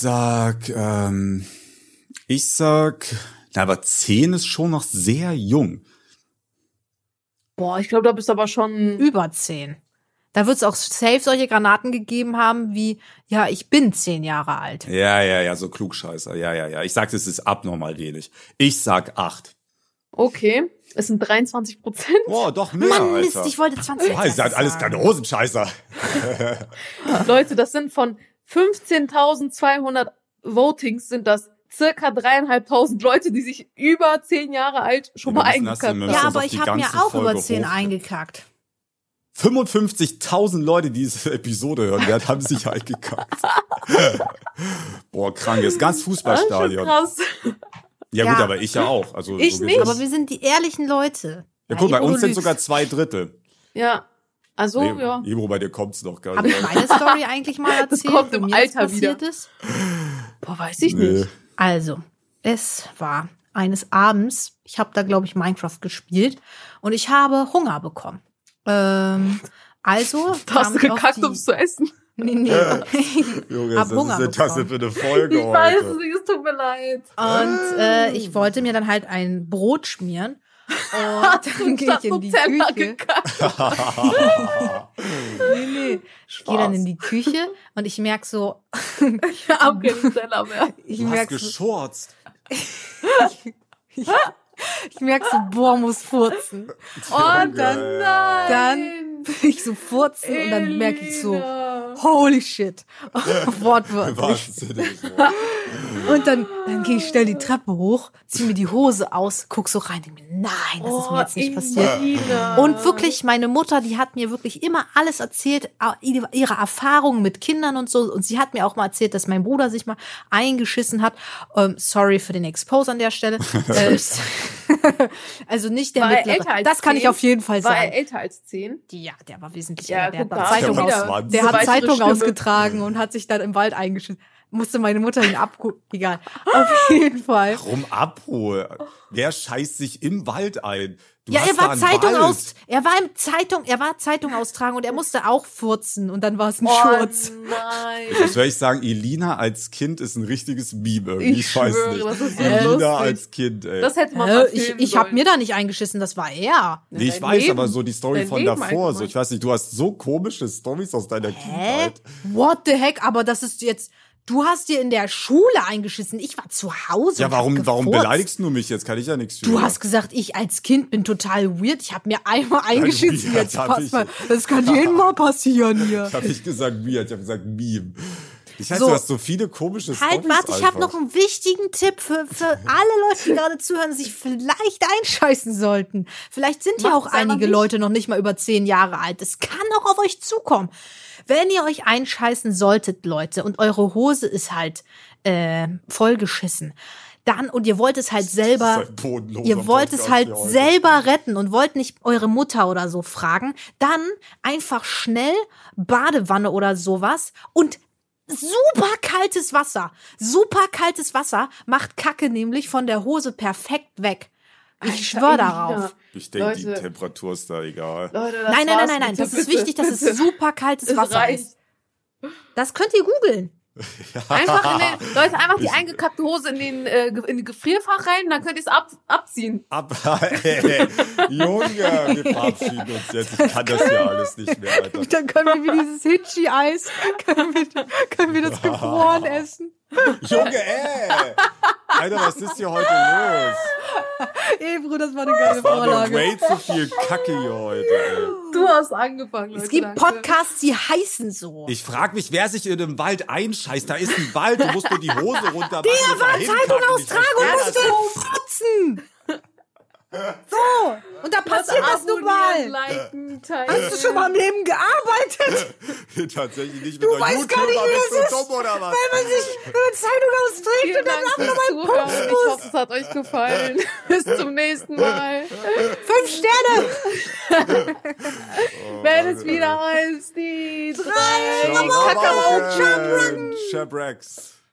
sag, na, aber 10 ist schon noch sehr jung. Boah, ich glaube, da bist du aber schon. Über 10. Da wird es auch safe solche Granaten gegeben haben wie, ja, ich bin 10 Jahre alt. Ja, so Klugscheißer. Ja. Ich sag, es ist abnormal wenig. Ich sag 8. Okay, es sind 23%. Boah, doch mehr, Mann, Mist, Alter. ich wollte 20 Boah, ihr seid alles keine Hosenscheißer. Leute, das sind von 15.200 Votings sind das circa 3.500 Leute, die sich über 10 Jahre alt schon Wir mal müssen das eingekackt immer- haben. Ja, das aber auf ich die habe mir ganze auch über Folge 10 hoch. eingekackt. 55.000 Leute, die diese Episode hören werden, haben sich eingekackt. Boah, krank. Das ist ganz Das ist schon Fußballstadion. krass. Ja gut, Ja. aber ich ja auch. Also, Ich so nicht. gesehen. Aber wir sind die ehrlichen Leute. Ja, guck, bei Ivo, uns du sind sogar lügst. 2/3. Ja. Also, Nee, ja. Ebro, bei dir kommt's noch gar Habe nicht. ich meine Story eigentlich mal erzählt, kommt wie im mir das Alter passiert wieder. ist? Boah, weiß ich Nee. nicht. Also, es war eines Abends, ich habe da, glaube ich, Minecraft gespielt und ich habe Hunger bekommen. Also Da hast kam du ich auf gekackt, die- um es zu essen. Nee. Junge, Hab das Hunger ist eine Tasse bekommen. für eine Folge Ich weiß heute. es nicht, es tut mir leid. Und ich wollte mir dann halt ein Brot schmieren. Und dann gehe ich in die Nutella Küche. gekackt. Nee. Ich gehe dann in die Küche und ich merk so, Ich hab keinen Nutella mehr. ich Du hast merk so, geschorzt. ich merk so, boah, muss furzen. Und dann bin ich so furzen und dann merke ich so, holy shit. Im Wortwörtlich. wahrsten Sinne des Wortes. Und dann gehe ich schnell die Treppe hoch, zieh mir die Hose aus, guck so rein, denk mir, nein, das ist mir jetzt nicht passiert. Und wirklich, meine Mutter, die hat mir wirklich immer alles erzählt, ihre Erfahrungen mit Kindern und so. Und sie hat mir auch mal erzählt, dass mein Bruder sich mal eingeschissen hat. Sorry für den Expose an der Stelle. Also nicht der War er mittlere. älter als Das kann ich 10? auf jeden Fall War sagen. er älter als 10? Ja, der war wesentlich Ja, älter. guck, Der hat da Zeitung, hast du aus, wieder der eine hat weichere Zeitung Stimme. ausgetragen und hat sich dann im Wald eingeschissen. Musste meine Mutter ihn abholen. Egal. Auf jeden Fall. Warum abholen? Wer scheißt sich im Wald ein? Du Ja, hast er da war einen Zeitung Wald. er war Zeitung austragen und er musste auch furzen und dann war es ein Oh Schurz. nein. Das würde ich sagen, Elina als Kind ist ein richtiges Meme irgendwie. Ich weiß schwöre, nicht. das ist so Elina lustig. als Kind, ey. Das hätte man mal Ich filmen habe sollen. mir da nicht eingeschissen, das war er. Nee, ich Dein weiß, Leben. aber so die Story Dein von Leben davor, so allgemein. ich weiß nicht, du hast so komische Stories aus deiner Kindheit. What the heck? Aber das ist jetzt. Du hast dir in der Schule eingeschissen. Ich war zu Hause. Ja, und hab warum gefurzt. beleidigst du mich jetzt? Kann ich ja nichts für. Du hast gesagt, ich als Kind bin total weird. Ich habe mir einmal eingeschissen. weird Jetzt hab pass ich. mal. Das kann jedem mal passieren hier. Ich habe nicht gesagt weird, ich habe gesagt Meme. Ich weiß, So. du hast so viele komische Halt, Stories warte, ich habe einfach. noch einen wichtigen Tipp für alle Leute, die gerade zuhören, die sich vielleicht einscheißen sollten. Vielleicht sind ja Macht auch es einfach einige nicht. Leute noch nicht mal über 10 Jahre alt. Es kann auch auf euch zukommen. Wenn ihr euch einscheißen solltet, Leute, und eure Hose ist halt vollgeschissen, dann, und ihr wollt es halt selber, Das ist ein bodenloser ihr wollt es Podcast halt hier heute. selber retten und wollt nicht eure Mutter oder so fragen, dann einfach schnell Badewanne oder sowas und super kaltes Wasser. Super kaltes Wasser macht Kacke nämlich von der Hose perfekt weg. Ich Alter, schwöre Elina. darauf. Ich denke, die Leute. Temperatur ist da egal. Leute, das Nein, war's nein. bitte, Das ist bitte, wichtig, dass bitte. es super kaltes Es Wasser reicht. ist. Das könnt ihr googeln. Einfach Leute, einfach die eingekackte Hose in die Gefrierfach rein, dann könnt ihr es abziehen. Junge, wir verabschieden uns jetzt. Ich kann das ja alles nicht mehr, Alter. Dann können wir wie dieses Hitchi-Eis, können wir das gefroren essen. Junge, Alter, was ist hier heute los? Ebro, das war eine geile War doch Vorlage. way zu viel Kacke hier heute, ey. Du hast angefangen, Leute. Es gibt danke. Podcasts, die heißen so. Ich frag mich, wer sich in einem Wald einscheißt. Da ist ein Wald, du musst nur die Hose runter. Der war Zeitung austragen und musste furzen. So, und da passiert das nun Abonnieren, mal. liken, teilen. Hast du schon mal im Leben gearbeitet? Tatsächlich nicht mit Du einer weißt gar nicht, YouTuber, wie bist das du ist, dumm oder was? wenn man sich eine Zeitung austrägt Vielen und dann Dank auch fürs nochmal Zuhören. posten Ich muss. hoffe, es hat euch gefallen. Bis zum nächsten Mal. 5 Sterne. Wenn es wieder heißt, die 3 Ciao, Kakao Chabrax.